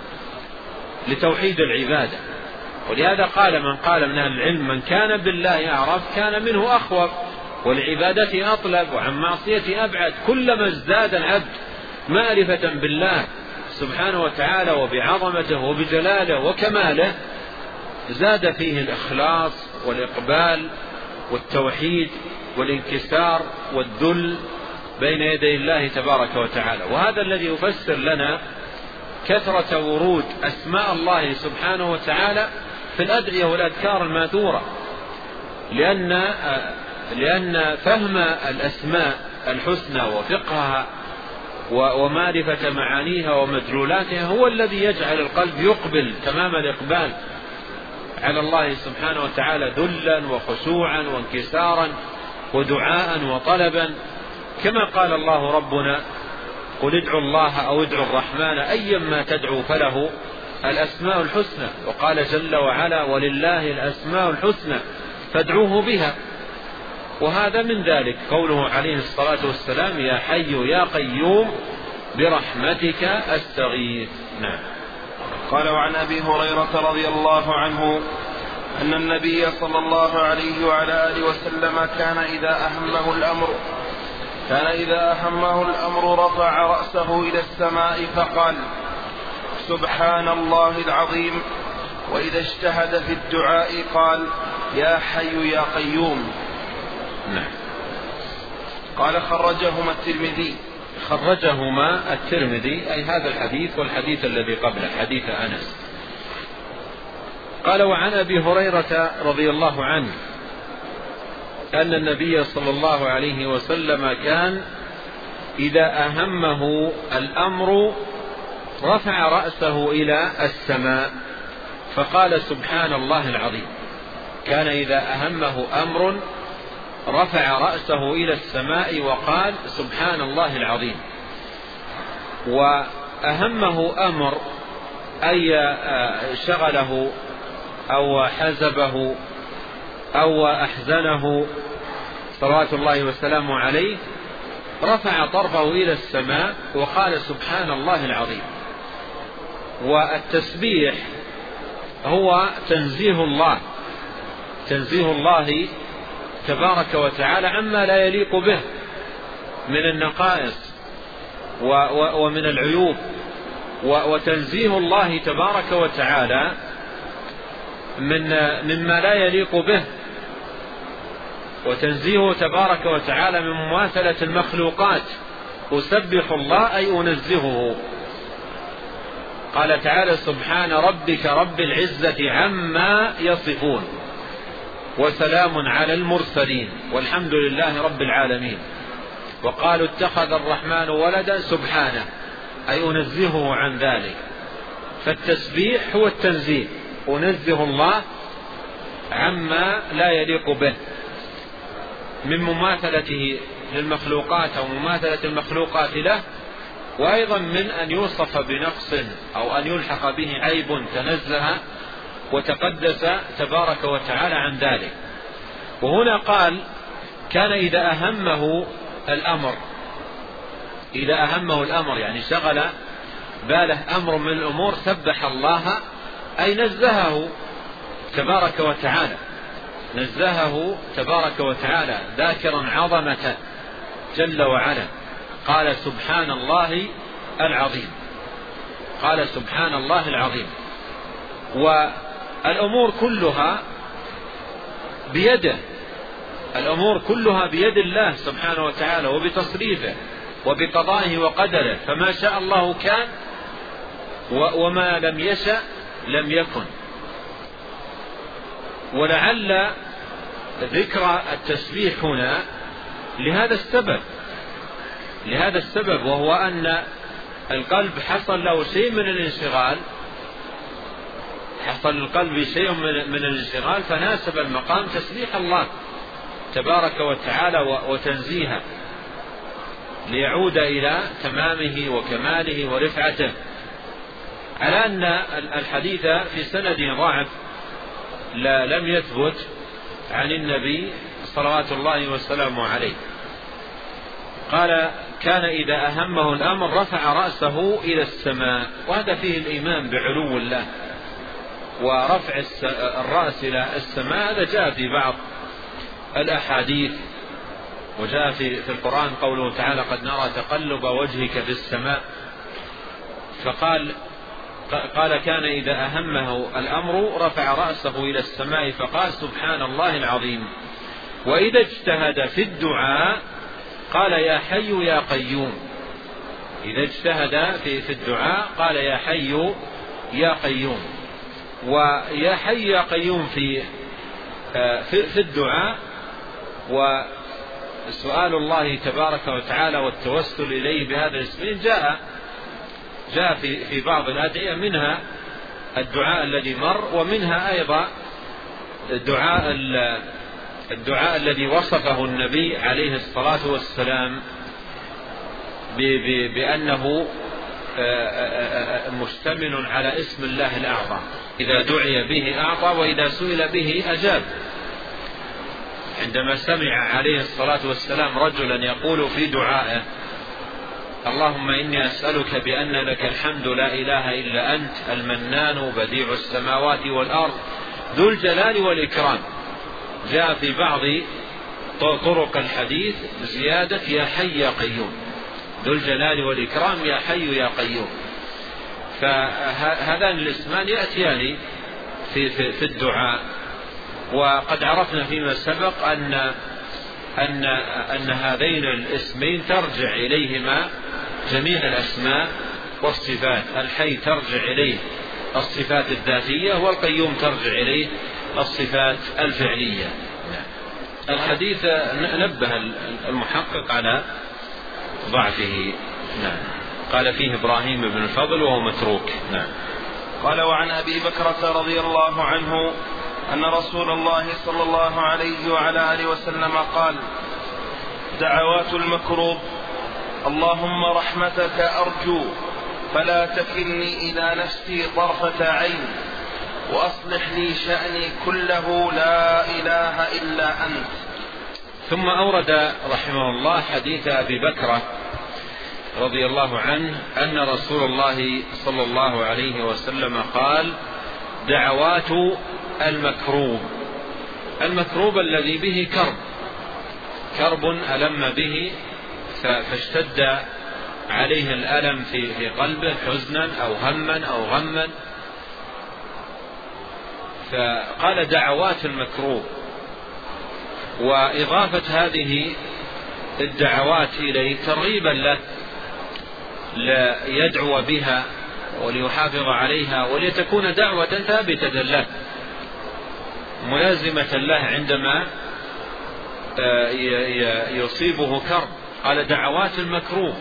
لتوحيد العبادة. ولهذا قال من قال من أهل العلم من كان بالله أعرف كان منه أخوف، والعبادة أطلب وعن معصية أبعد. كلما ازداد العبد معرفة بالله سبحانه وتعالى وبعظمته وبجلاله وكماله زاد فيه الإخلاص والإقبال والتوحيد والانكسار والذل بين يدي الله تبارك وتعالى. وهذا الذي يفسر لنا كثرة ورود أسماء الله سبحانه وتعالى في الأدعية والأذكار الماثورة، لأن لأن فهم الأسماء الحسنى وفقهها ومعرفة معانيها ومدلولاتها هو الذي يجعل القلب يقبل تمام الإقبال على الله سبحانه وتعالى ذلا وخشوعا وانكسارا ودعاء وطلبا، كما قال الله ربنا قل ادعوا الله أو ادعوا الرحمن أيما تدعوا فله الأسماء الحسنى. وقال جل وعلا ولله الأسماء الحسنى فادعوه بها. وهذا من ذلك قوله عليه الصلاة والسلام: يا حي يا قيوم برحمتك أستغيث. نعم. قال: وعن أبي هريرة رضي الله عنه أن النبي صلى الله عليه وعلى آله وسلم كان إذا أهمه الأمر كان إذا أهمه الأمر رفع رأسه إلى السماء فقال: سبحان الله العظيم. وإذا اجتهد في الدعاء قال: يا حي يا قيوم. نعم. قال: خرجهما الترمذي. خرجهما الترمذي، أي هذا الحديث والحديث الذي قبله حديث أنس. قال: وعن أبي هريرة رضي الله عنه أن النبي صلى الله عليه وسلم كان إذا أهمه الأمر رفع رأسه إلى السماء فقال: سبحان الله العظيم. كان إذا أهمه أمر رفع رأسه إلى السماء وقال: سبحان الله العظيم. وأهمه أمر أي شغله أو حزبه أو أحزنه صلوات الله وسلامه عليه رفع طرفه إلى السماء وقال: سبحان الله العظيم. والتسبيح هو تنزيه الله تنزيه الله تبارك وتعالى عما لا يليق به من النقائص ومن العيوب، وتنزيه الله تبارك وتعالى من مما لا يليق به، وتنزيهه تبارك وتعالى من مماثلة المخلوقات. أسبح الله أي أنزهه. قال تعالى: سبحان ربك رب العزة عما يصفون وسلام على المرسلين والحمد لله رب العالمين. وقالوا: اتخذ الرحمن ولدا سبحانه أي أنزهه عن ذلك. فالتسبيح هو التنزيه، أنزه الله عما لا يليق به من مماثلته للمخلوقات أو مماثلة المخلوقات له، وأيضا من أن يوصف بنقص أو أن يلحق به عيب تنزه وتقدس تبارك وتعالى عن ذلك. وهنا قال: كان إذا أهمه الأمر إذا أهمه الأمر يعني شغل باله أمر من الأمور سبح الله أي نزهه تبارك وتعالى نزهه تبارك وتعالى ذاكرا عظمته جل وعلا. قال: سبحان الله العظيم. قال: سبحان الله العظيم. والأمور كلها بيده الأمور كلها بيد الله سبحانه وتعالى وبتصريفه وبقضائه وقدره، فما شاء الله كان وما لم يشأ لم يكن. ولعل ذكر التسبيح هنا لهذا السبب لهذا السبب وهو أن القلب حصل له شيء من الانشغال حصل القلب شيء من الانشغال فناسب المقام تسبيح الله تبارك وتعالى وتنزيهه ليعود إلى تمامه وكماله ورفعته، على أن الحديث في سند ضعف لا لم يثبت عن النبي صلوات الله وسلامه عليه. قال: كان إذا أهمه الأمر رفع رأسه إلى السماء، وهذا فيه الإيمان بعلو الله ورفع الرأس إلى السماء. هذا جاء في بعض الأحاديث، وجاء في في القرآن قوله تعالى: قد نرى تقلب وجهك في السماء. فقال قال كان إذا أهمه الأمر رفع رأسه إلى السماء فقال: سبحان الله العظيم. وإذا اجتهد في الدعاء قال: يا حي يا قيوم. إذا اجتهد في في الدعاء قال: يا حي يا قيوم. ويا حي يا قيوم في في, في الدعاء وسؤال الله تبارك وتعالى والتوسل إليه بهذا الاسم جاء جاء في في بعض الأدعية، منها الدعاء الذي مر، ومنها أيضا الدعاء الدعاء الذي وصفه النبي عليه الصلاة والسلام بأنه مشتمل على اسم الله الأعظم، إذا دعي به أعطى وإذا سئل به أجاب. عندما سمع عليه الصلاة والسلام رجلا يقول في دعائه: اللهم إني أسألك بأن لك الحمد لا إله إلا أنت المنان بديع السماوات والأرض ذو الجلال والإكرام. جاء في بعض طرق الحديث زيادة يا حي يا قيوم، ذو الجلال والإكرام يا حي يا قيوم. فهذان الاسمان يأتيان في, في, في الدعاء. وقد عرفنا فيما سبق أن, أن, أن هذين الاسمين ترجع إليهما جميع الأسماء والصفات. الحي ترجع إليه الصفات الذاتية، والقيوم ترجع إليه الصفات الفعلية. الحديث نبه المحقق على ضعفه. نعم. قال فيه إبراهيم بن الفضل وهو متروك. نعم. قال: وعن أبي بكرة رضي الله عنه أن رسول الله صلى الله عليه وعلى آله وسلم قال: دعوات المكروب: اللهم رحمتك أرجو فلا تكلني إلى نفسي طرفة عين وأصلح لي شأني كله لا إله إلا أنت. ثم أورد رحمه الله حديث أبي بكرة رضي الله عنه أن رسول الله صلى الله عليه وسلم قال: دعوات المكروب. المكروب الذي به كرب، كرب ألم به فاشتد عليه الألم في قلبه حزنا أو هما أو غما، فقال دعوات المكروب. وإضافة هذه الدعوات إليه ترغيبا له ليدعو بها وليحافظ عليها ولتكون دعوة ثابتة له ملازمة له عندما يصيبه كرب. قال دعوات المكروب،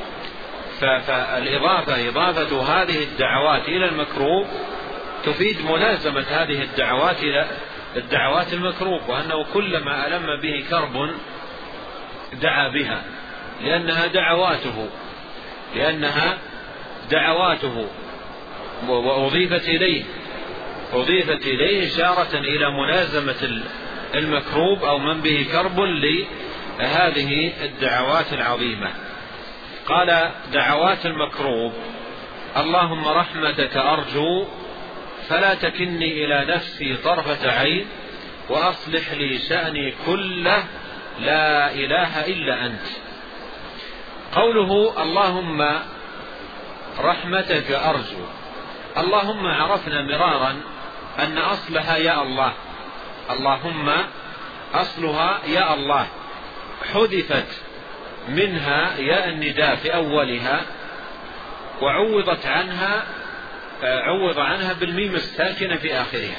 فالإضافة إضافة هذه الدعوات إلى المكروب تفيد ملازمة هذه الدعوات إلى الدعوات المكروب، وأنه كلما ألم به كرب دعا بها لأنها دعواته لأنها دعواته وأضيفت إليه أضيفت إليه إشارة إلى ملازمة المكروب أو من به كرب لهذه الدعوات العظيمة. قال دعوات المكروب: اللهم رحمتك أرجو فلا تكلني إلى نفسي طرفة عين وأصلح لي شأني كله لا إله إلا أنت. قوله اللهم رحمتك أرجو، اللهم عرفنا مرارا أن أصلها يا الله، اللهم أصلها يا الله، حذفت منها ياء النداء في أولها وعوضت عنها عوض عنها بالميم الساكنة في آخرها.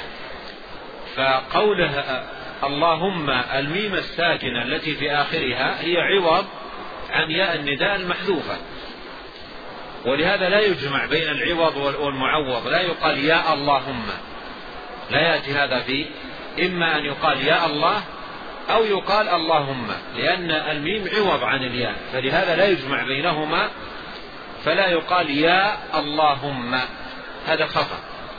فقولها اللهم الميم الساكنة التي في آخرها هي عوض عن ياء النداء المحذوفة، ولهذا لا يجمع بين العوض والمعوض، لا يقال يا اللهم، لا يأتي هذا فيه، إما أن يقال يا الله أو يقال اللهم، لأن الميم عوض عن الياء، فلهذا لا يجمع بينهما، فلا يقال يا اللهم، هذا خطأ.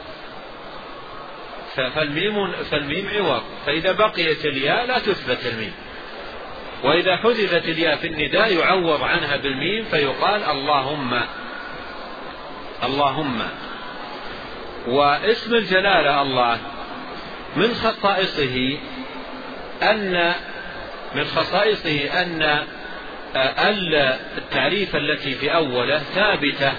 فالميم, فالميم عوض، فإذا بقيت الياء لا تثبت الميم، وإذا حذفت الياء في النداء يعوض عنها بالميم فيقال اللهم اللهم. واسم الجلالة الله من خصائصه أن من خصائصه أن التعريف التي في أوله ثابتة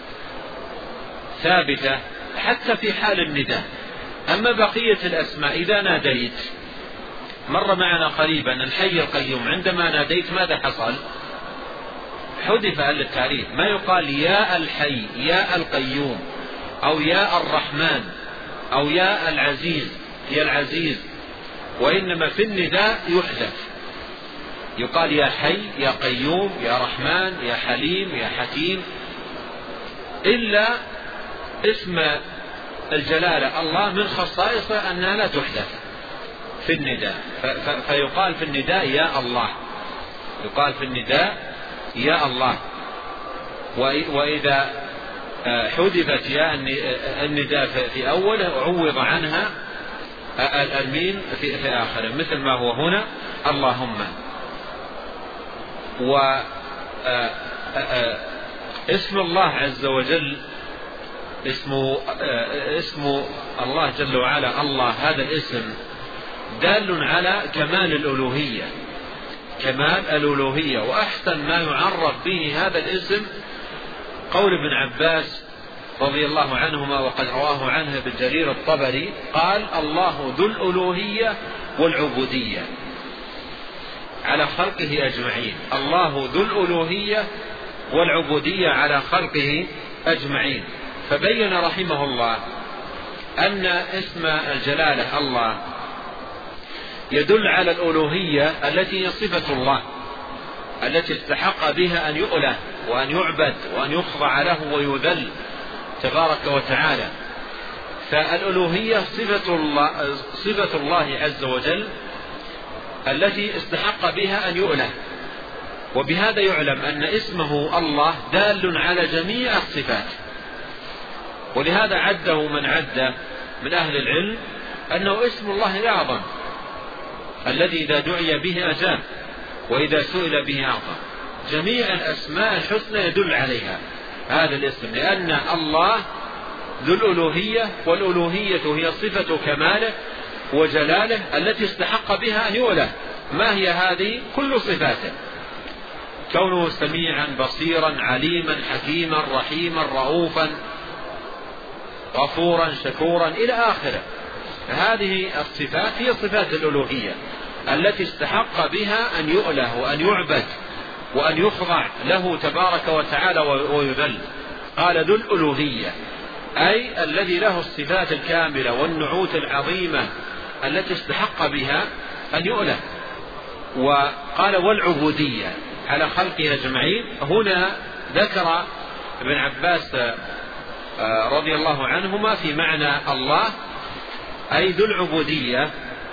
ثابتة حتى في حال النداء. أما بقية الأسماء إذا ناديت، مر معنا قريبا الحي القيوم، عندما ناديت ماذا حصل؟ حذف التعريف، ما يقال يا الحي يا القيوم أو يا الرحمن أو يا العزيز يا العزيز، وإنما في النداء يحذف، يقال يا حي يا قيوم يا رحمن يا حليم يا حكيم، إلا اسم الجلالة الله من خصائصه أنها لا تحذف في النداء، فيقال في النداء يا الله، يقال في النداء يا الله. وإذا حذفت يا النداء في أوله عوض عنها الميم في, في آخره مثل ما هو هنا اللهم. واسم الله عز وجل اسمه اسم الله جل وعلا الله، هذا الاسم دال على كمال الألوهية، كمال الألوهية. وأحسن ما يعرف به هذا الاسم قول ابن عباس رضي الله عنهما وقد رواه عنه بالجرير الطبري قال: الله ذو الألوهية والعبودية على خلقه أجمعين. الله ذو الألوهية والعبودية على خلقه أجمعين. فبين رحمه الله أن اسم الجلالة الله يدل على الألوهية التي هي صفة الله، التي استحق بها أن يؤله وأن يعبد وأن يخضع له ويذل تبارك وتعالى. فالألوهية صفة الله, صفة الله عز وجل التي استحق بها أن يؤله. وبهذا يعلم أن اسمه الله دال على جميع الصفات. ولهذا عده من عد من أهل العلم أنه اسم الله الأعظم الذي إذا دعي به أجاب وإذا سئل به أعطى. جميع الأسماء الحسنى يدل عليها هذا الاسم، لأن الله ذو الألوهية، والألوهية هي صفة كماله وجلاله التي استحق بها أن يؤله. ما هي هذه؟ كل صفاته: كونه سميعا بصيرا عليما حكيما رحيما رؤوفا غفورا شكورا إلى آخره. هذه الصفات هي صفات الألوهية التي استحق بها أن يؤله وأن يعبد وأن يخضع له تبارك وتعالى ويذل. قال ذو الألوهية أي الذي له الصفات الكاملة والنعوت العظيمة التي استحق بها أن يؤله. وقال والعبودية على خلقه أجمعين. هنا ذكر ابن عباس رضي الله عنهما في معنى الله أي ذو العبودية.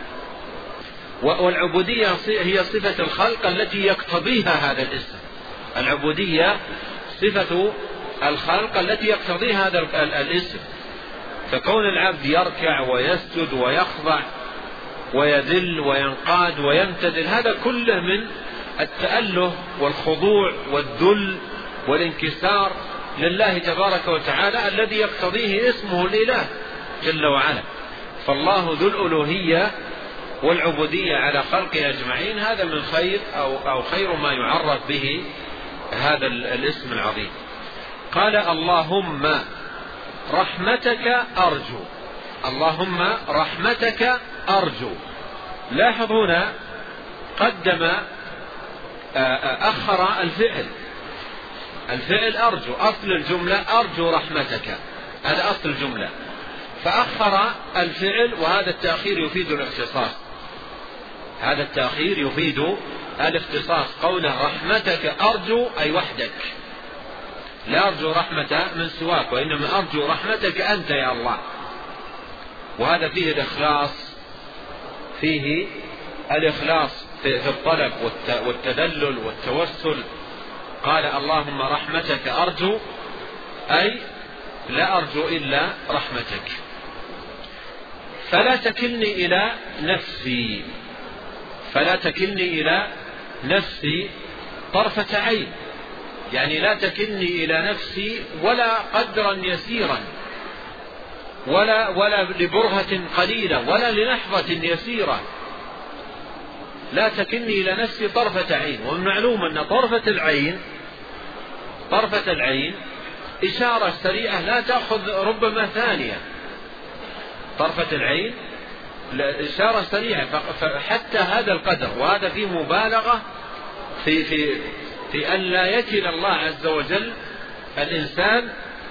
والعبودية هي صفة الخلق التي يقتضيها هذا الاسم. العبودية صفة الخلق التي يقتضيها هذا الاسم. فكون العبد يركع ويسجد ويخضع ويذل وينقاد ويمتثل، هذا كله من التأله والخضوع والذل والانكسار لله تبارك وتعالى الذي يقتضيه اسمه الإله جل وعلا. فالله ذو الألوهية والعبودية على خلقه أجمعين، هذا من خير أو, أو خير ما يعرف به هذا الاسم العظيم. قال اللهم رحمتك أرجو. اللهم رحمتك أرجو. لاحظ هنا قدم أخر الفعل. الفعل أرجو، أصل الجملة أرجو رحمتك، هذا أصل الجملة، فأخر الفعل. وهذا التأخير يفيد الاختصاص، هذا التأخير يفيد الاختصاص. قوله رحمتك أرجو أي وحدك، لا أرجو رحمة من سواك، وإنما أرجو رحمتك أنت يا الله. وهذا فيه الإخلاص، فيه الإخلاص في الطلب والتذلل والتوسل. قال اللهم رحمتك أرجو أي لا أرجو إلا رحمتك. فلا تكلني إلى نفسي، فلا تكلني إلى نفسي طرفة عين، يعني لا تكلني إلى نفسي ولا قدرا يسيرا، ولا ولا لبرهة قليلة، ولا للحظة يسيرة. لا تكلني إلى نفسي طرفة عين. والمعلوم أن طرفة العين طرفة العين إشارة سريعة لا تأخذ ربما ثانية. طرفة العين إشارة سريعة، فحتى هذا القدر. وهذا فيه مبالغة في في في أن لا يكل الله عز وجل الإنسان،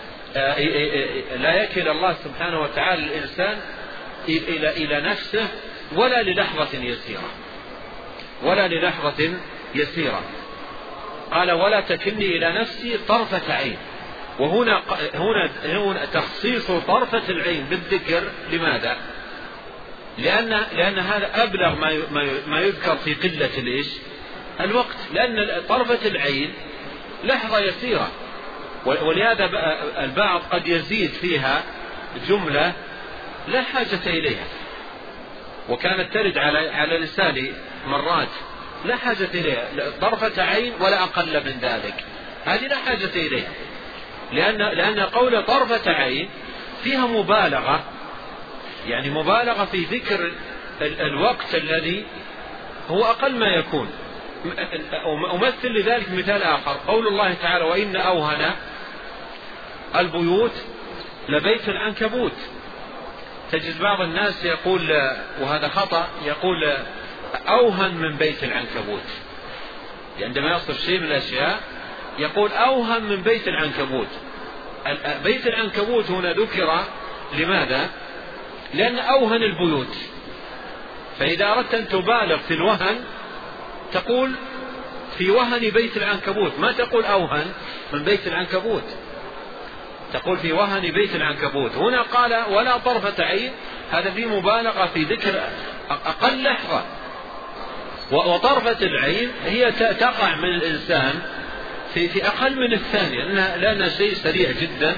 لا يكل الله سبحانه وتعالى الإنسان إلى إلى نفسه ولا للحظة يسيرة، ولا للحظة يسيرة. قال ولا تكلني إلى نفسي طرفة عين. وهنا هنا هنا تخصيص طرفة العين بالذكر. لماذا؟ لأن لأن هذا أبلغ ما ما يذكر في قلة الإيش الوقت، لأن طرفة العين لحظة يسيرة. ولهذا البعض قد يزيد فيها جملة لا حاجة إليها، وكانت ترد على على لساني مرات لا حاجة إليها، طرفة عين ولا أقل من ذلك، هذه لا حاجة إليها، لأن لأن قول طرفة عين فيها مبالغة، يعني مبالغة في ذكر الوقت الذي هو أقل ما يكون. أمثل لذلك مثال آخر، قول الله تعالى: وإن أوهن البيوت لبيت العنكبوت. تجد بعض الناس يقول، وهذا خطأ، يقول أوهن من بيت العنكبوت، عندما يصف شيء من الأشياء يقول أوهن من بيت العنكبوت. بيت العنكبوت هنا ذكر لماذا؟ لأن أوهن البيوت، فإذا أردت أن تبالغ في الوهن تقول في وهن بيت العنكبوت، ما تقول أوهن من بيت العنكبوت، تقول في وهن بيت العنكبوت. هنا قال ولا طرفة عين، هذا في مبالغة في ذكر أقل لحظة. وطرفة العين هي تقع من الإنسان في في أقل من الثانية، لأنها شيء سريع جدا.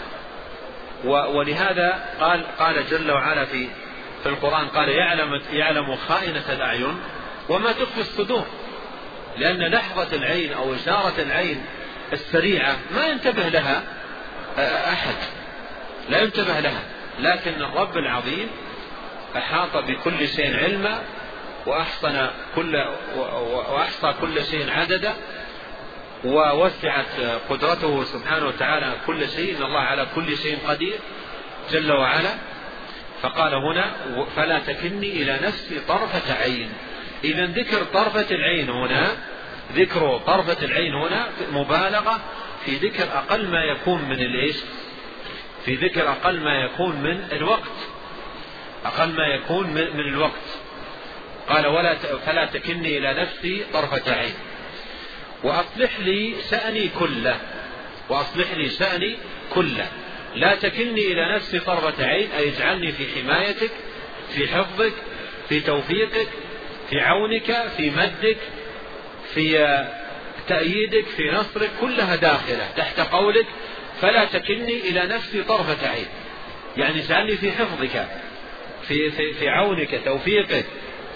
ولهذا قال قال جل وعلا في في القرآن، قال يعلم يعلم خائنة الأعين وما تخفي الصدور، لأن لحظة العين أو إشارة العين السريعة ما ينتبه لها أحد، لا ينتبه لها، لكن الرب العظيم أحاط بكل شيء علما وأحصى كل وأحصى كل شيء عددا، ووسعت قدرته سبحانه وتعالى كل شيء، إن الله على كل شيء قدير جل وعلا. فقال هنا فلا تكلني إلى نفسي طرفة عين. إذا ذكر طرفة العين هنا، ذكر طرفة العين هنا مبالغة في ذكر أقل ما يكون من الإيش؟ في ذكر أقل ما يكون من الوقت، أقل ما يكون من الوقت. قال ولا فلا تكلني إلى نفسي طرفة عين وأصلح لي شأني كله، وأصلح لي شأني كله. لا تكلني إلى نفسي طرفة عين، أي اجعلني في حمايتك، في حفظك، في توفيقك، في عونك، في مدك، في تأييدك، في نصرك، كلها داخلة تحت قولك فلا تكلني إلى نفسي طرفة عين، يعني اجعلني في حفظك، في, في, في عونك، توفيقك.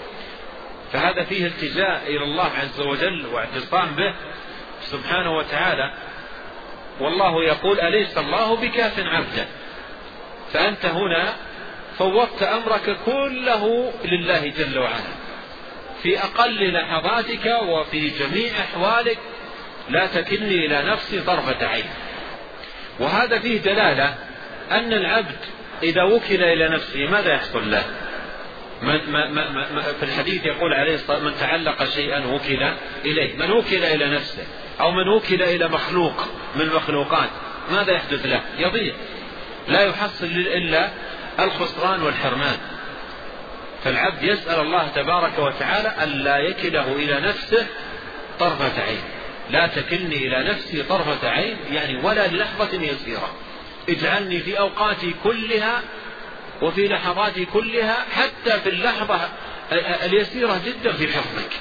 فهذا فيه التجاء إلى الله عز وجل واعتصام به سبحانه وتعالى. والله يقول أليس الله بكاف عبده، فأنت هنا فوضت أمرك كله لله جل وعلا في أقل لحظاتك وفي جميع أحوالك. لا تكلني إلى نفسي طرفة عين. وهذا فيه دلالة أن العبد إذا وكل إلى نفسه ماذا يحصل له؟ من ما ما ما في الحديث يقول عليه الصلاة والسلام من تعلق شيئا وكل إليه. من وكل إلى نفسه أو من وكل إلى مخلوق من المخلوقات ماذا يحدث له؟ يضيع، لا يحصل إلا الخسران والحرمان. فالعبد يسأل الله تبارك وتعالى ألا يكله إلى نفسه طرفة عين. لا تكلني إلى نفسي طرفة عين، يعني ولا للحظة يسيرة، اجعلني في أوقاتي كلها وفي لحظاتي كلها، حتى في اللحظة اليسيرة جدا في حفظك.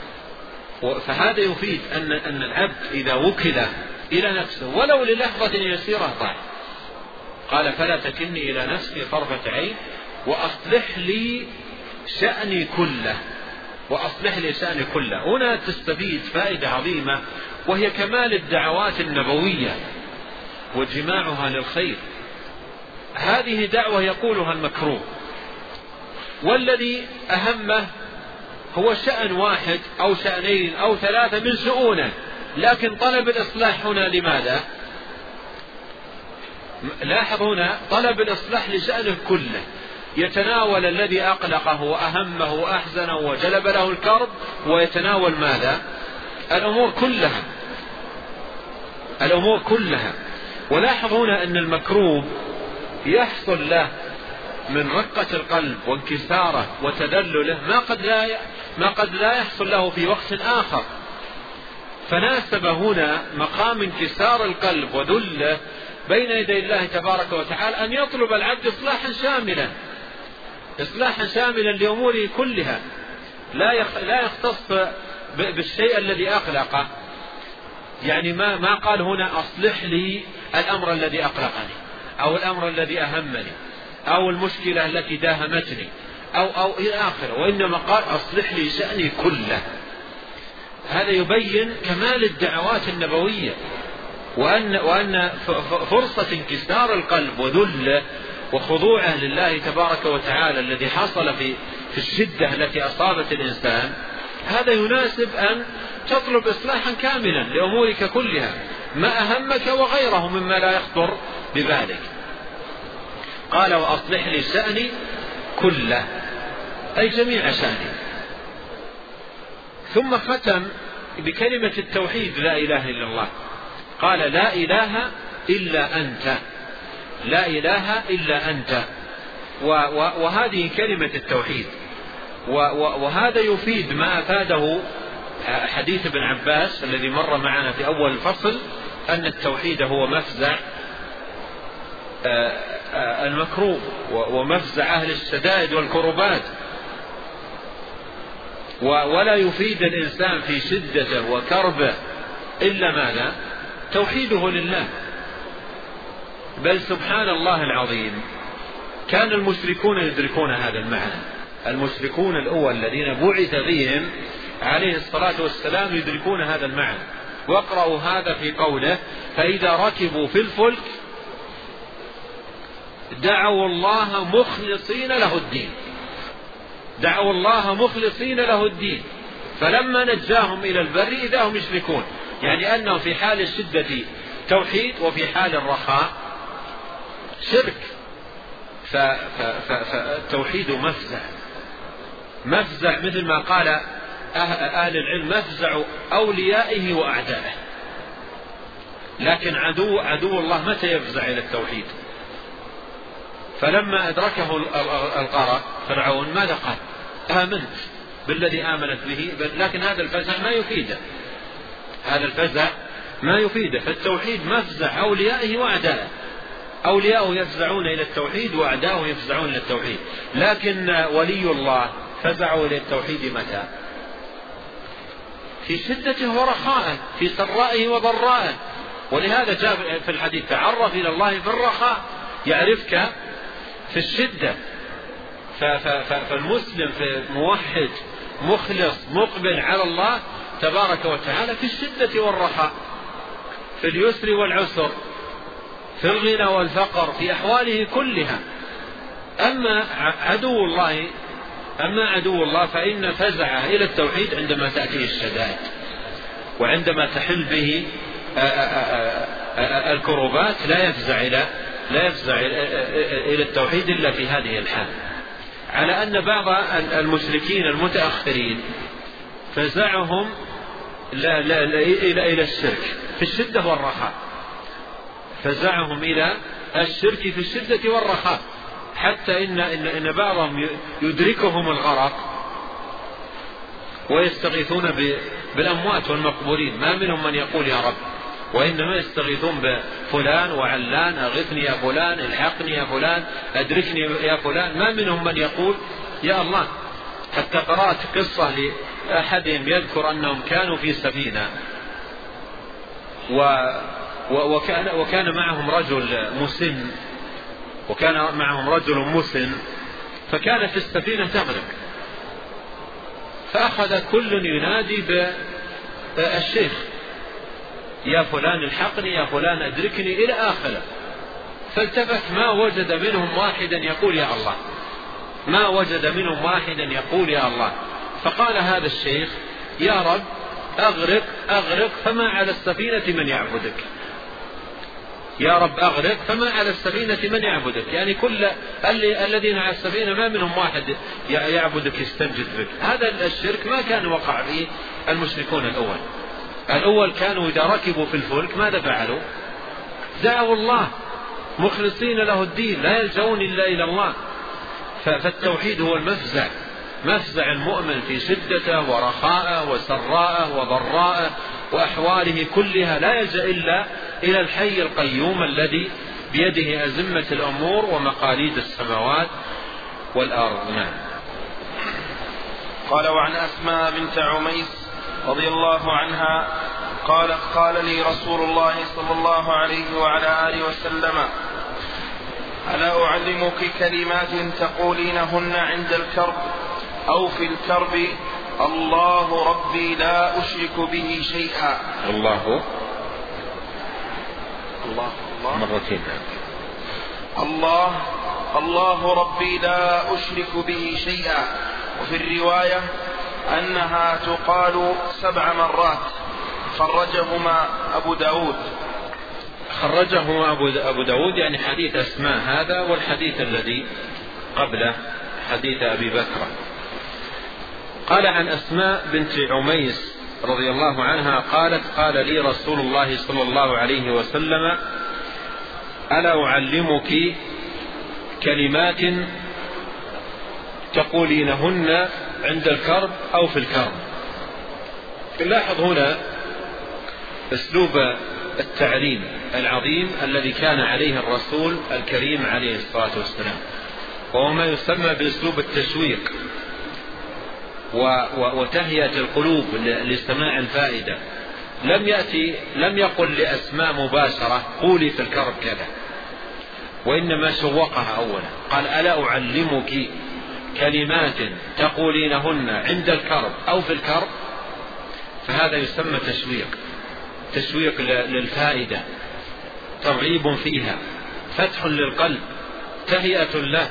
فهذا يفيد أن أن العبد إذا وكل إلى نفسه ولو للحظة يسيرة ضاع. قال فلا تكلني إلى نفسي طرفة عين وأصلح لي شأني كله، وأصلح لي شأني كله. هنا تستفيد فائدة عظيمة، وهي كمال الدعوات النبوية وجماعها للخير. هذه دعوة يقولها المكروه، والذي أهمه هو شأن واحد أو شأنين أو ثلاثة من شؤونه، لكن طلب الإصلاح هنا لماذا؟ لاحظ هنا طلب الإصلاح لشأنه كله، يتناول الذي أقلقه وأهمه وأحزنه وجلب له الكرب، ويتناول ماذا؟ الأمور كلها، الأمور كلها. ولاحظ هنا أن المكروب يحصل له من رقة القلب وانكساره وتذلله ما قد لا ما قد لا يحصل له في وقت آخر. فناسب هنا مقام انكسار القلب وذله بين يدي الله تبارك وتعالى أن يطلب العبد إصلاحا شاملا، إصلاحا شاملا لأموره كلها، لا لا يختص بالشيء الذي أقلقه. يعني ما ما قال هنا أصلح لي الأمر الذي أقلقني، أو الأمر الذي أهمني، أو المشكلة التي داهمتني، أو, أو إلى آخره، وإنما قال أصلح لي شأني كله. هذا يبين كمال الدعوات النبوية، وأن, وأن فرصة انكسار القلب وذله وخضوعه لله تبارك وتعالى الذي حصل في, في الشدة التي أصابت الإنسان، هذا يناسب أن تطلب إصلاحا كاملا لأمورك كلها، ما أهمك وغيره مما لا يخطر ببالك. قال وأصلح لي شأني كله، أي جميع شأني. ثم ختم بكلمة التوحيد لا إله إلا الله، قال لا إله إلا أنت، لا إله إلا أنت. وهذه كلمة التوحيد، وهذا يفيد ما أفاده حديث ابن عباس الذي مر معنا في أول الفصل، أن التوحيد هو مفزع المكروب ومفزع أهل الشدائد والكربات، ولا يفيد الإنسان في شدته وكربه إلا ماذا؟ توحيده لله. بل سبحان الله العظيم، كان المشركون يدركون هذا المعنى. المشركون الأول الذين بعث بهم عليه الصلاة والسلام يدركون هذا المعنى. واقرأوا هذا في قوله فإذا ركبوا في الفلك دعوا الله مخلصين له الدين، دعوا الله مخلصين له الدين، فلما نجاهم إلى البر إذا هم يشركون، يعني أنه في حال الشدة توحيد وفي حال الرخاء شرك. فالتوحيد مفزع، مفزع مثل ما قال أهل العلم مفزع أوليائه وأعدائه. لكن عدو عدو الله متى يفزع إلى التوحيد؟ فلما أدركه الغرق فرعون ماذا قال؟ آمنت بالذي آمنت به، لكن هذا الفزع ما يفيده، هذا الفزع ما يفيده. فالتوحيد مفزع أوليائه وأعدائه، أولياءه يفزعون إلى التوحيد وأعداؤه يفزعون إلى التوحيد. لكن ولي الله فزعوا إلى التوحيد متى؟ في شدته ورخائه، في سرائه وضرائه. ولهذا جاء في الحديث تعرف إلى الله في الرخاء يعرفك في الشدة. فالمسلم في موحد مخلص مقبل على الله تبارك وتعالى في الشدة والرخاء، في اليسر والعسر، في الغنى والفقر، في أحواله كلها. أما عدو الله أما عدو الله فإن فزعه إلى التوحيد عندما تأتيه الشدائد، وعندما تحل به الكروبات لا يفزع إلى لا يفزع إلى التوحيد إلا في هذه الحال. على أن بعض المشركين المتأخرين فزعهم لا لا إلى إلى الشرك في الشدة والرخاء، فزعهم إلى الشرك في الشدة والرخاء، حتى إن إن إن بعضهم يدركهم الغرق ويستغيثون بالأموات والمقبورين، ما منهم من يقول يا رب، وإنما يستغيثون بفلان وعلان، أغثني يا فلان، الحقني يا فلان، أدركني يا فلان، ما منهم من يقول يا الله. حتى قرأت قصة لأحدهم يذكر أنهم كانوا في سفينة و وكان, وكان معهم رجل مسن وكان معهم رجل مسن فكانت السفينة تغرق، فأخذ كل ينادي بالشيخ يا فلان الحقني يا فلان أدركني إلى آخره. فالتفت ما وجد منهم واحدا يقول يا الله، ما وجد منهم واحدا يقول يا الله. فقال هذا الشيخ يا رب أغرق أغرق فما على السفينة من يعبدك، يا رب أغرق فما على السفينة من يعبدك، يعني كل الذين على السفينة ما منهم واحد يعبدك يستنجد بك. هذا الشرك ما كان وقع فيه المشركون الأول. الأول كانوا إذا ركبوا في الفلك ماذا فعلوا؟ دعوا الله مخلصين له الدين، لا يلجؤون إلا إلى الله. فالتوحيد هو المفزع، مفزع المؤمن في شدته ورخاءه وسراءه وضراءه وأحواله كلها، لا يلجأ إلا إلى الحي القيوم الذي بيده أزمة الأمور ومقاليد السماوات والأرض. نعم. قال وعن أسماء بنت عميس رضي الله عنها قالت قال لي رسول الله صلى الله عليه وعلى آله وسلم ألا أعلمك كلمات تقولينهن عند الكرب أو في الكرب؟ الله ربي لا أشرك به شيئا. الله الله الله مرتين. الله الله ربي لا أشرك به شيئا. وفي الرواية أنها تقال سبع مرات. خرجهما أبو داود. خرجه أبو داود يعني حديث أسماء هذا، والحديث الذي قبله حديث أبي بكر. قال عن أسماء بنت عميس رضي الله عنها قالت: قال لي رسول الله صلى الله عليه وسلم: ألا أعلمك كلمات تقولينهن عند الكرب أو في الكرب؟ نلاحظ هنا أسلوب التعليم العظيم الذي كان عليه الرسول الكريم عليه الصلاة والسلام، وهو ما يسمى بأسلوب التشويق وتهيئة القلوب لسماع الفائدة. لم يأتي لم يقل لأسماء مباشرة قولي في الكرب كذا، وإنما شوقها أولا. قال: ألا أعلمك كلمات تقولينهن عند الكرب أو في الكرب؟ فهذا يسمى تشويق، تشويق للفائدة، ترغيب فيها، فتح للقلب، تهيئة له،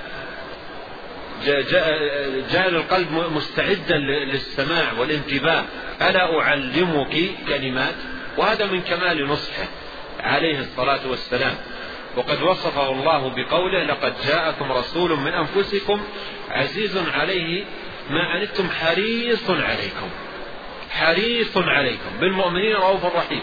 جعل القلب مستعدا للسماع والانتباه. ألا أعلمك كلمات؟ وهذا من كمال نصحه عليه الصلاة والسلام. وقد وصفه الله بقوله: لقد جاءكم رسول من أنفسكم عزيز عليه ما عنتم حريص عليكم حريص عليكم بالمؤمنين رؤوف رحيم.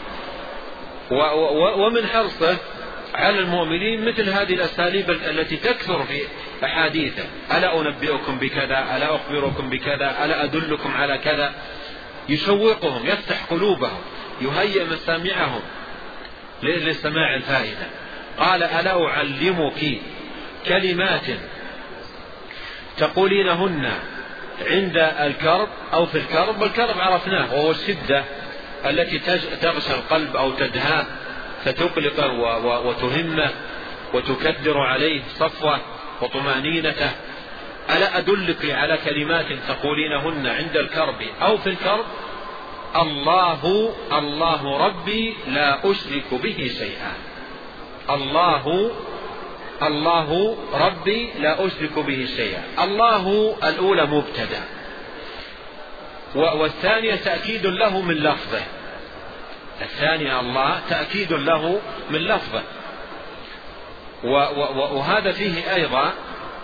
ومن حرصه على المؤمنين مثل هذه الأساليب التي تكثر في أحاديثه: ألا أنبئكم بكذا، ألا أخبركم بكذا، ألا أدلكم على كذا. يشوقهم، يفتح قلوبهم، يهيئ مسامعهم لسماع الفائدة. قال: ألا أعلمك كلمات تقولينهن عند الكرب أو في الكرب؟ والكرب عرفناه، وهو الشدة التي تغشى القلب أو تدهاه فتقلقه وتهمه وتكدر عليه صفوه وطمأنينته. ألا أدلك على كلمات تقولينهن عند الكرب أو في الكرب؟ الله الله ربي لا أشرك به شيئا. الله الله ربي لا أشرك به شيئا. الله الأولى مبتدأ، والثانية تأكيد له من لفظه. الثانية الله تأكيد له من لفظه. وهذا فيه أيضا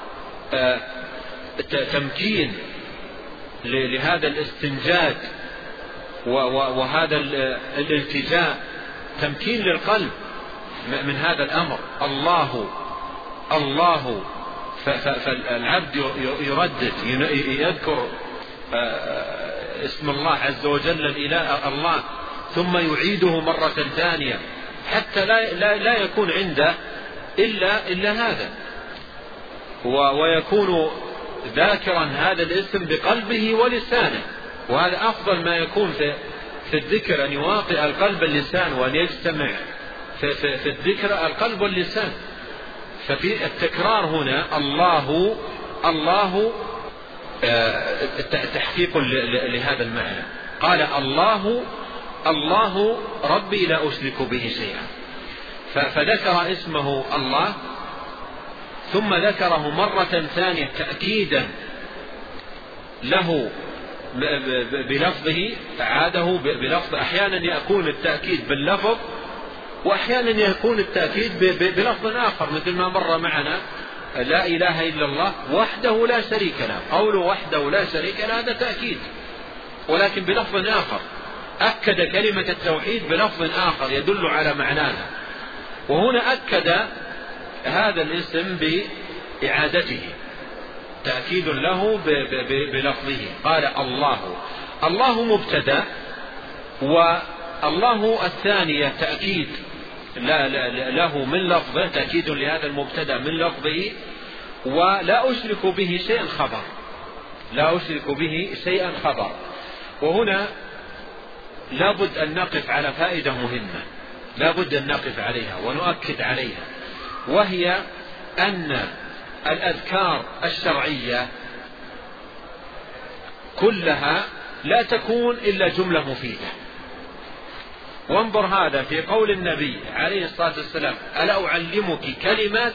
تمكين لهذا الاستنجاد وهذا الالتجاء، تمكين للقلب من هذا الأمر. الله الله فالعبد يردد يذكر اسم الله عز وجل الإله الله، ثم يعيده مرة ثانية حتى لا, لا, لا يكون عنده إلا, إلا هذا، ويكون ذاكرا هذا الاسم بقلبه ولسانه. وهذا أفضل ما يكون في, في الذكر، أن يواطئ القلب اللسان، وأن يجتمع في, في, في الذكر القلب واللسان. ففي التكرار هنا الله الله تحقيق لهذا المعنى. قال: الله الله ربي لا أشرك به شيئا. فذكر اسمه الله، ثم ذكره مرة ثانية تأكيدا له بلفظه، عاده بلفظ. أحيانا يكون التأكيد باللفظ، وأحيانا يكون التأكيد بلفظ آخر، مثل ما مر معنا: لا إله إلا الله وحده لا شريك له. قوله وحده لا شريك له هذا تأكيد، ولكن بلفظ آخر، أكد كلمة التوحيد بلفظ آخر يدل على معناها. وهنا أكد هذا الاسم بإعادته، تأكيد له بلفظه. قال: الله الله مبتدأ، والله الثانية تأكيد له من لفظه، تأكيد لهذا المبتدأ من لفظه. ولا أشرك به شيئا خبر، لا أشرك به شيئا خبر. وهنا لابد أن نقف على فائدة مهمة، لابد أن نقف عليها ونؤكد عليها، وهي أن الأذكار الشرعية كلها لا تكون إلا جملة مفيدة. وانظر هذا في قول النبي عليه الصلاة والسلام: ألا أعلمك كلمات؟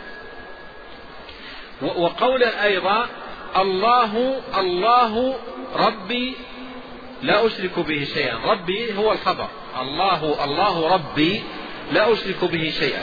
وقول أيضا: الله الله ربي لا أشرك به شيئا. ربي هو الخبر، الله الله ربي لا أشرك به شيئا.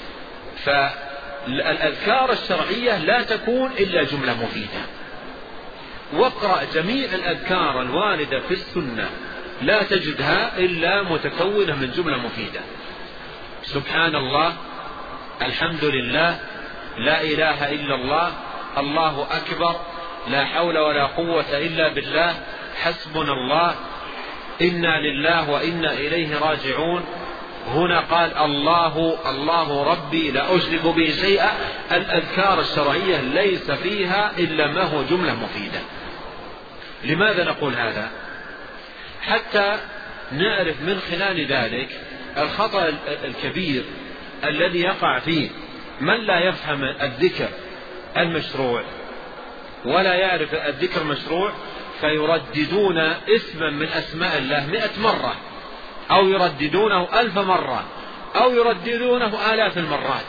فالأذكار الشرعية لا تكون إلا جملة مفيدة. واقرأ جميع الأذكار الواردة في السنة لا تجدها إلا متكونة من جملة مفيدة: سبحان الله، الحمد لله، لا إله إلا الله، الله أكبر، لا حول ولا قوة إلا بالله، حسبنا الله، إنا لله وإنا إليه راجعون. هنا قال الله الله ربي لا أشرك به شيئا. الأذكار الشرعية ليس فيها إلا ما هو جملة مفيدة. لماذا نقول هذا؟ حتى نعرف من خلال ذلك الخطأ الكبير الذي يقع فيه من لا يفهم الذكر المشروع ولا يعرف الذكر المشروع، فيرددون اسما من أسماء الله مئة مرة، أو يرددونه ألف مرة، أو يرددونه آلاف المرات.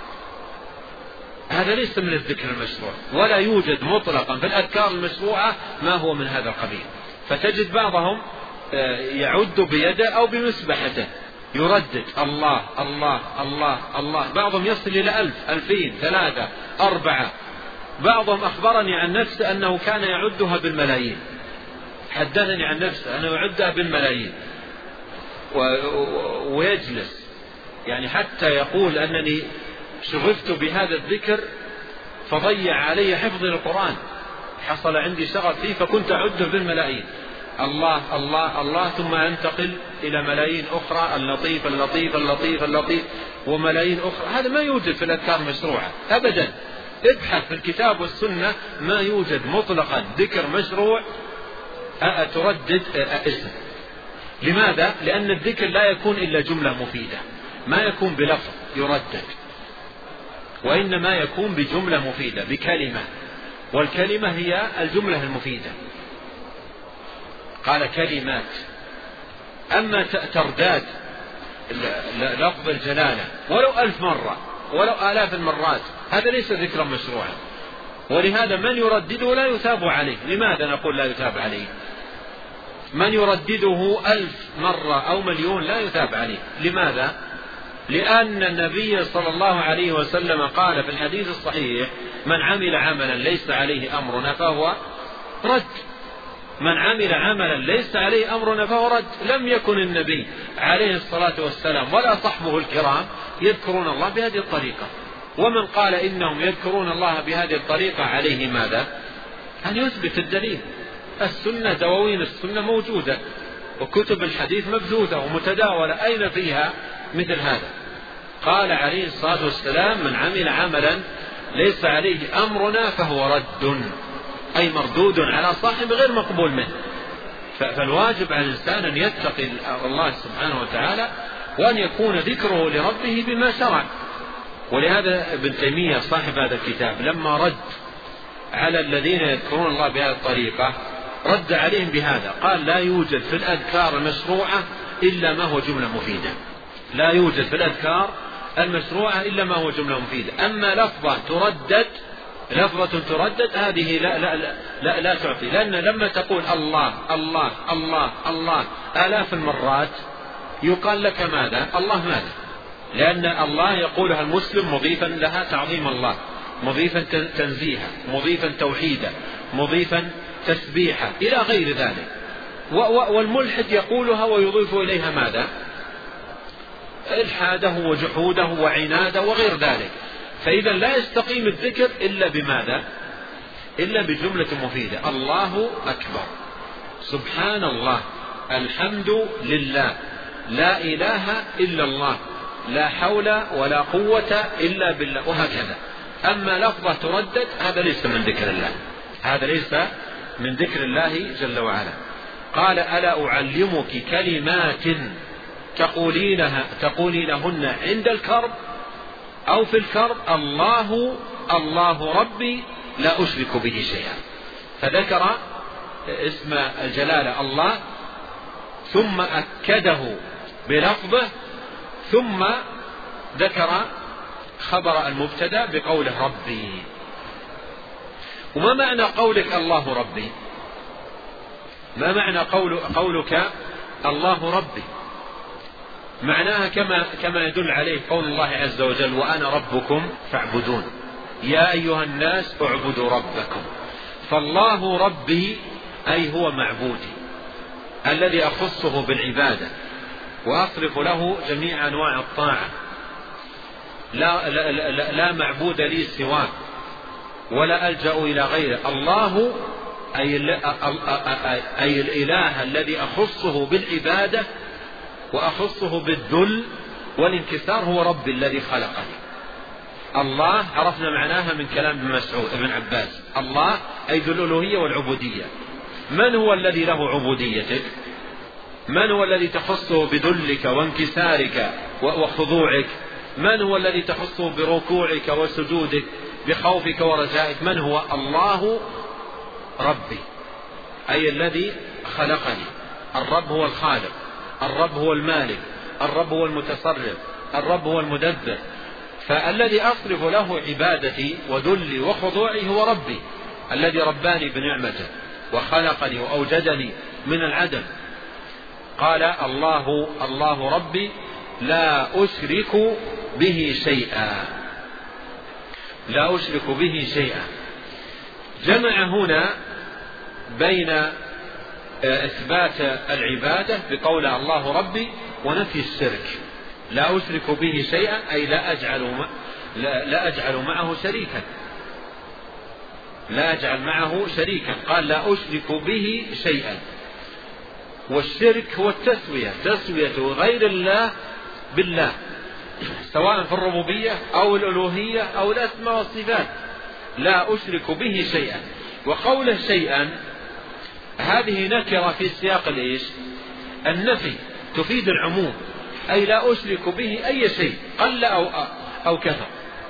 هذا ليس من الذكر المشروع، ولا يوجد مطلقا في الأذكار المشروعة ما هو من هذا القبيل. فتجد بعضهم يعد بيده أو بمسبحته يردد الله الله الله الله، بعضهم يصل إلى ألف، ألفين، ثلاثة، أربعة. بعضهم أخبرني عن نفسه أنه كان يعدها بالملايين، حدثني عن نفسه أنه يعدها بالملايين، ويجلس يعني حتى يقول أنني شغفت بهذا الذكر فضيع علي حفظ القرآن، حصل عندي شغف فيه فكنت أعده بالملايين، الله الله الله، ثم أنتقل إلى ملايين أخرى، اللطيف اللطيف اللطيف اللطيف، وملايين أخرى. هذا ما يوجد في الأذكار المشروعة أبدا. ابحث في الكتاب والسنة، ما يوجد مطلقا ذكر مشروع تردد اسم. لماذا؟ لأن الذكر لا يكون إلا جملة مفيدة، ما يكون بلفظ يردد، وإنما يكون بجملة مفيدة، بكلمة، والكلمة هي الجملة المفيدة. قال كلمات. أما ترداد لفظ الجلالة ولو ألف مرة ولو آلاف المرات، هذا ليس ذكرا مشروعا، ولهذا من يردده لا يثاب عليه. لماذا نقول لا يثاب عليه؟ من يردده ألف مرة أو مليون لا يثاب عليه. لماذا؟ لأن النبي صلى الله عليه وسلم قال في الحديث الصحيح: من عمل عملا ليس عليه أمرنا فهو رد. من عمل عملا ليس عليه أمرنا فهو رد. لم يكن النبي عليه الصلاة والسلام ولا صحبه الكرام يذكرون الله بهذه الطريقة. ومن قال إنهم يذكرون الله بهذه الطريقة عليه ماذا؟ أن يثبت الدليل. السنة، دواوين السنة موجودة، وكتب الحديث مبثوثة ومتداولة، أين فيها مثل هذا؟ قال عليه الصلاة والسلام: من عمل عملا ليس عليه أمرنا فهو رد، أي مردود على صاحب غير مقبول منه. فالواجب على الإنسان أن يتقي الله سبحانه وتعالى، وأن يكون ذكره لربه بما شرع. ولهذا ابن تيمية صاحب هذا الكتاب لما رد على الذين يذكرون الله بهذه الطريقة رد عليهم بهذا، قال: لا يوجد في الأذكار المشروعة إلا ما هو جملة مفيدة. لا يوجد في الأذكار المشروعة إلا ما هو جملة مفيدة. أما لفظة تردد لفظة تردد هذه لا لا لا لا, لا تعطي، لأن لما تقول الله الله الله الله آلاف المرات يقال لك ماذا؟ الله ماذا؟ لأن الله يقولها المسلم مضيفا لها تعظيم الله، مضيفا تنزيها، مضيفا توحيدا، مضيفا تسبيحا، إلى غير ذلك. والملحد يقولها ويضيف إليها ماذا؟ إلحاده وجحوده وعناده وغير ذلك. فإذا لا يستقيم الذكر إلا بماذا؟ إلا بجملة مفيدة: الله أكبر، سبحان الله، الحمد لله، لا إله إلا الله، لا حول ولا قوة إلا بالله، وهكذا. أما لفظة تردد هذا ليس من ذكر الله، هذا ليس من ذكر الله جل وعلا. قال: ألا أعلمك كلمات تقولينها تقولينهن عند الكرب؟ أو في الفرض الله الله ربي لا أشرك به شيئا، فذكر اسم الجلالة الله ثم أكده بلفظه، ثم ذكر خبر المبتدأ بقوله ربي. وما معنى قولك الله ربي؟ ما معنى قول قولك الله ربي؟ معناها كما كما يدل عليه قول الله عز وجل وأنا ربكم فاعبدون، يا أيها الناس اعبدوا ربكم. فالله ربي أي هو معبودي الذي أخصه بالعبادة وأصرف له جميع أنواع الطاعة، لا, لا, لا, لا معبود لي سواه ولا ألجأ إلى غيره. الله أي, أي الإله الذي أخصه بالعبادة وأخصه بالذل والانكسار، هو ربي الذي خلقني. الله عرفنا معناها من كلام ابن مسعود ابن عباس، الله أي ذو الألوهية والعبودية. من هو الذي له عبوديتك؟ من هو الذي تخصه بذلك وانكسارك وخضوعك؟ من هو الذي تخصه بركوعك وسجودك بخوفك ورجائك؟ من هو؟ الله ربي أي الذي خلقني. الرب هو الخالق، الرب هو المالك، الرب هو المتصرف، الرب هو المدبر. فالذي أصرف له عبادتي وذلي وخضوعي هو ربي الذي رباني بنعمته وخلقني وأوجدني من العدم. قال الله الله ربي لا أشرك به شيئا، لا أشرك به شيئا. جمع هنا بين إثبات العبادة بقول الله ربي ونفي الشرك. لا أشرك به شيئا أي لا أجعل لا, لا أجعل معه شريكا، لا أجعل معه شريكا. قال لا أشرك به شيئا. والشرك هو التسوية، تسوية غير الله بالله، سواء في الربوبية أو الألوهية أو الأسماء والصفات. لا أشرك به شيئا. وقوله شيئا هذه نكرة في سياق الإيش؟ النفي، تفيد العموم، أي لا أشرك به أي شيء قل أو أو كثر.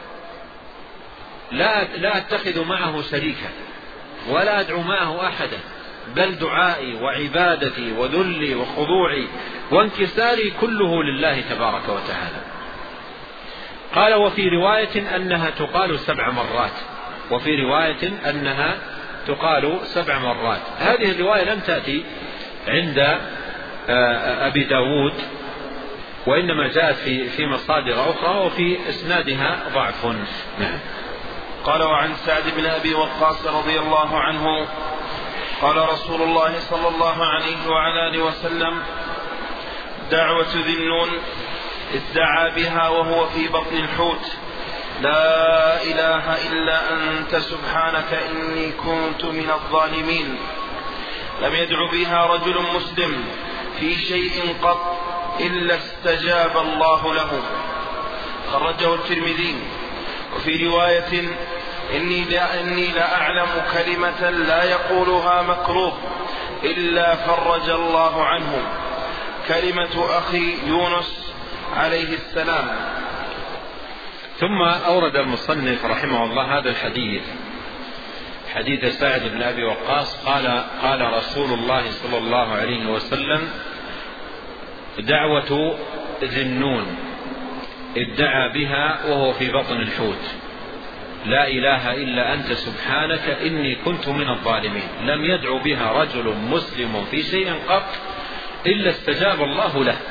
لا لا أتخذ معه شريكا ولا أدعو معه أحدا، بل دعائي وعبادتي وذلي وخضوعي وانكساري كله لله تبارك وتعالى. قال وفي رواية أنها تقال سبع مرات، وفي رواية أنها تقال سبع مرات. هذه الرواية لم تأتي عند أبي داود، وإنما جاءت في في مصادر أخرى وفي إسنادها ضعف. نعم. قال وعن سعد بن أبي وقاص رضي الله عنه قال رسول الله صلى الله عليه وعلى آله وسلم دعوة ذي النون ادعى بها وهو في بطن الحوت لا إله إلا أنت سبحانك إني كنت من الظالمين. لم يدع بها رجل مسلم في شيء قط إلا استجاب الله له. خرجه الترمذي. وفي رواية إني لا, إني لا أعلم كلمة لا يقولها مكروه إلا فرج الله عنه، كلمة أخي يونس عليه السلام. ثم أورد المصنف رحمه الله هذا الحديث، حديث سعد بن أبي وقاص قال قال رسول الله صلى الله عليه وسلم دعوة ذي النون ادعى بها وهو في بطن الحوت لا إله إلا أنت سبحانك إني كنت من الظالمين. لم يدعو بها رجل مسلم في شيء قط إلا استجاب الله له.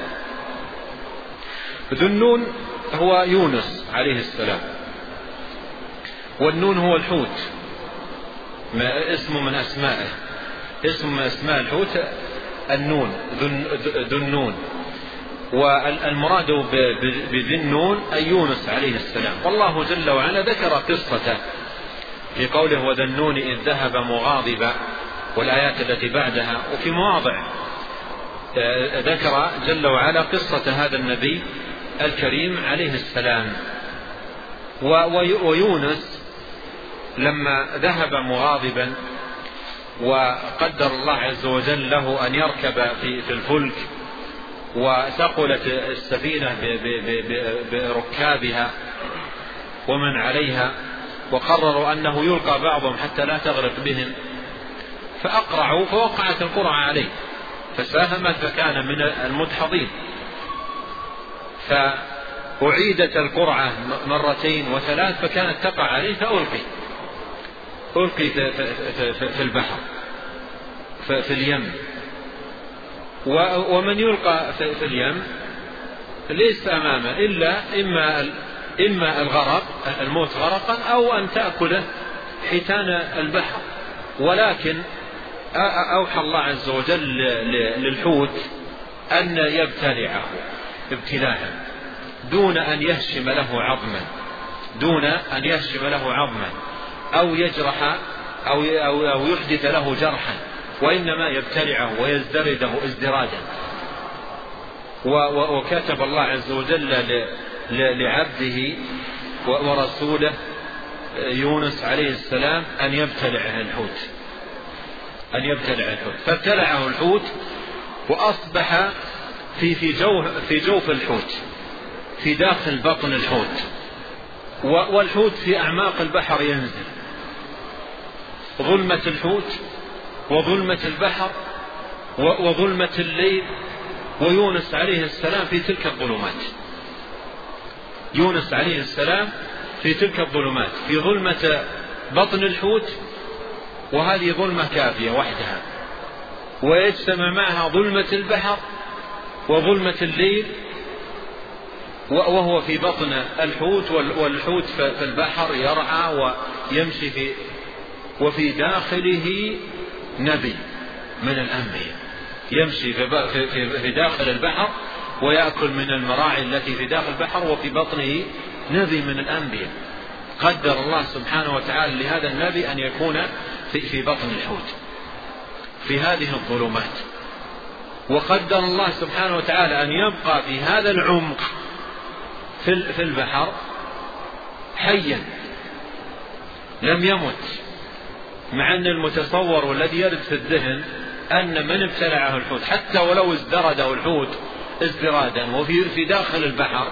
ذو النون هو يونس عليه السلام، والنون هو الحوت، اسم من أسمائه، اسم من أسماء الحوت النون، ذو النون. والمراد بذي النون أي يونس عليه السلام. والله جل وعلا ذكر قصته في قوله وذا النون إذ ذهب مغاضبا، والآيات التي بعدها. وفي مواضع ذكر جل وعلا قصة هذا النبي الكريم عليه السلام. ويونس لما ذهب مغاضبا وقدر الله عز وجل له أن يركب في الفلك وثقلت السفينة بركابها ومن عليها، وقرروا أنه يلقى بعضهم حتى لا تغرق بهم، فأقرعوا فوقعت القرعة عليه فساهم فكان من المدحضين. فأعيدت القرعة مرتين وثلاث فكانت تقع عليه فألقي ألقي في البحر في اليم. ومن يلقى في اليم ليس أمامه إلا إما إما الغرق الموت غرقا أو أن تأكله حيتان البحر. ولكن أوحى الله عز وجل للحوت أن يبتلعه ابتلاعا دون أن يهشم له عظما دون أن يهشم له عظما أو يجرح أو أو يحدث له جرحا، وإنما يبتلعه ويزدرده ازدراجا. وكتب الله عز وجل لعبده ورسوله يونس عليه السلام أن يبتلعه الحوت أن يبتلعه الحوت فابتلعه الحوت وأصبح في في جوف في جوف الحوت في داخل بطن الحوت، والحوت في أعماق البحر ينزل. ظلمة الحوت وظلمة البحر وظلمة الليل، ويونس عليه السلام في تلك الظلمات يونس عليه السلام في تلك الظلمات في ظلمة بطن الحوت، وهذه ظلمة كافية وحدها، ويجتمع معها ظلمة البحر وظلمة الليل، وهو في بطن الحوت والحوت في البحر يرعى ويمشي في وفي داخله نبي من الأنبياء يمشي في داخل البحر ويأكل من المراعي التي في داخل البحر، وفي بطنه نبي من الأنبياء. قدر الله سبحانه وتعالى لهذا النبي أن يكون في بطن الحوت في هذه الظلمات، وقدر الله سبحانه وتعالى أن يبقى في هذا العمق في البحر حيا لم يمت، مع أن المتصور والذي يرد في الذهن أن من ابتلعه الحوت حتى ولو ازدرده الحوت ازدرادا وفي في داخل البحر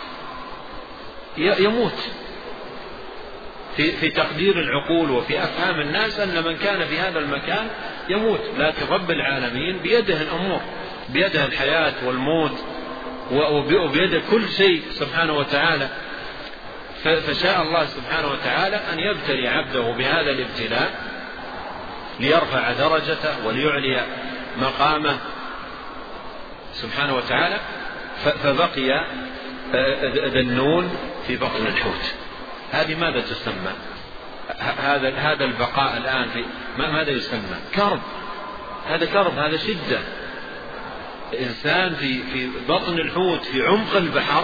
يموت. في, في تقدير العقول وفي أفهام الناس أن من كان في هذا المكان يموت، لكن رب العالمين بيده الأمور، بيده الحياة والموت وبيده كل شيء سبحانه وتعالى. فشاء الله سبحانه وتعالى أن يبتلي عبده بهذا الابتلاء ليرفع درجته وليعلي مقامه سبحانه وتعالى. فبقي ذنون في بطن الحوت. هذه ماذا تسمى؟ هذا هذا البقاء الآن في ماذا يسمى؟ كرب. هذا كرب، هذا شدة. إنسان في في بطن الحوت في عمق البحر،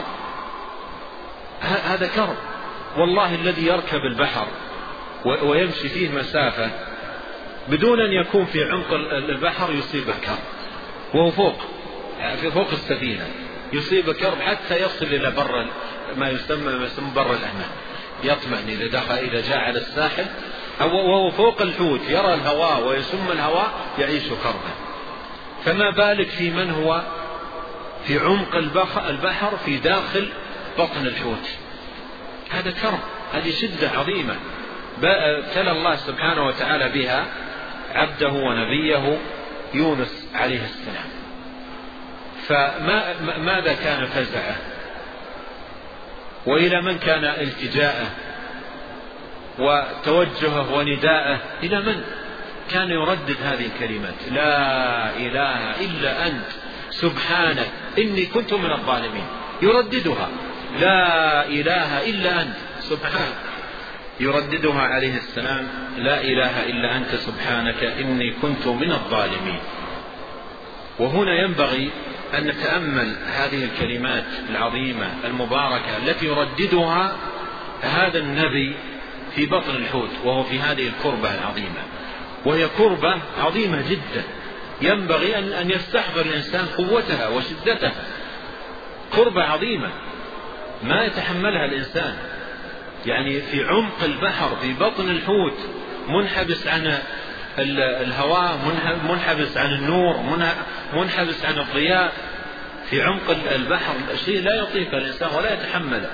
هذا كرب. والله الذي يركب البحر ويمشي فيه مسافة بدون أن يكون في عمق البحر يصيبه كرب، وهو فوق في فوق السفينة يصيبه كرب حتى يصل إلى بر ما يسمى ما يسمى بر الأمان، يطمئن إذا دخل إذا جاء على الساحل وهو فوق الحوت يرى الهواء ويسم الهواء يعيش كربا، فما بالك في من هو في عمق البحر في داخل بطن الحوت؟ هذا كرب، هذه شدة عظيمة ابتلى الله سبحانه وتعالى بها عبده ونبيه يونس عليه السلام. فماذا كان فزعه؟ وإلى من كان التجاءه وتوجهه ونداءه؟ إلى من كان يردد هذه الكلمات؟ لا إله إلا أنت سبحانك إني كنت من الظالمين. يرددها لا إله إلا أنت سبحانك، يرددها عليه السلام لا إله إلا أنت سبحانك إني كنت من الظالمين. وهنا ينبغي أن نتأمل هذه الكلمات العظيمة المباركة التي يرددها هذا النبي في بطن الحوت وهو في هذه الكربة العظيمة، وهي كربة عظيمة جدا ينبغي أن يستحضر الإنسان قوتها وشدتها. كربة عظيمة ما يتحملها الإنسان، يعني في عمق البحر في بطن الحوت منحبس عن الهواء، منحبس عن النور، منحبس عن الضياء، في عمق البحر شيء لا يطيق الإنسان ولا يتحمله.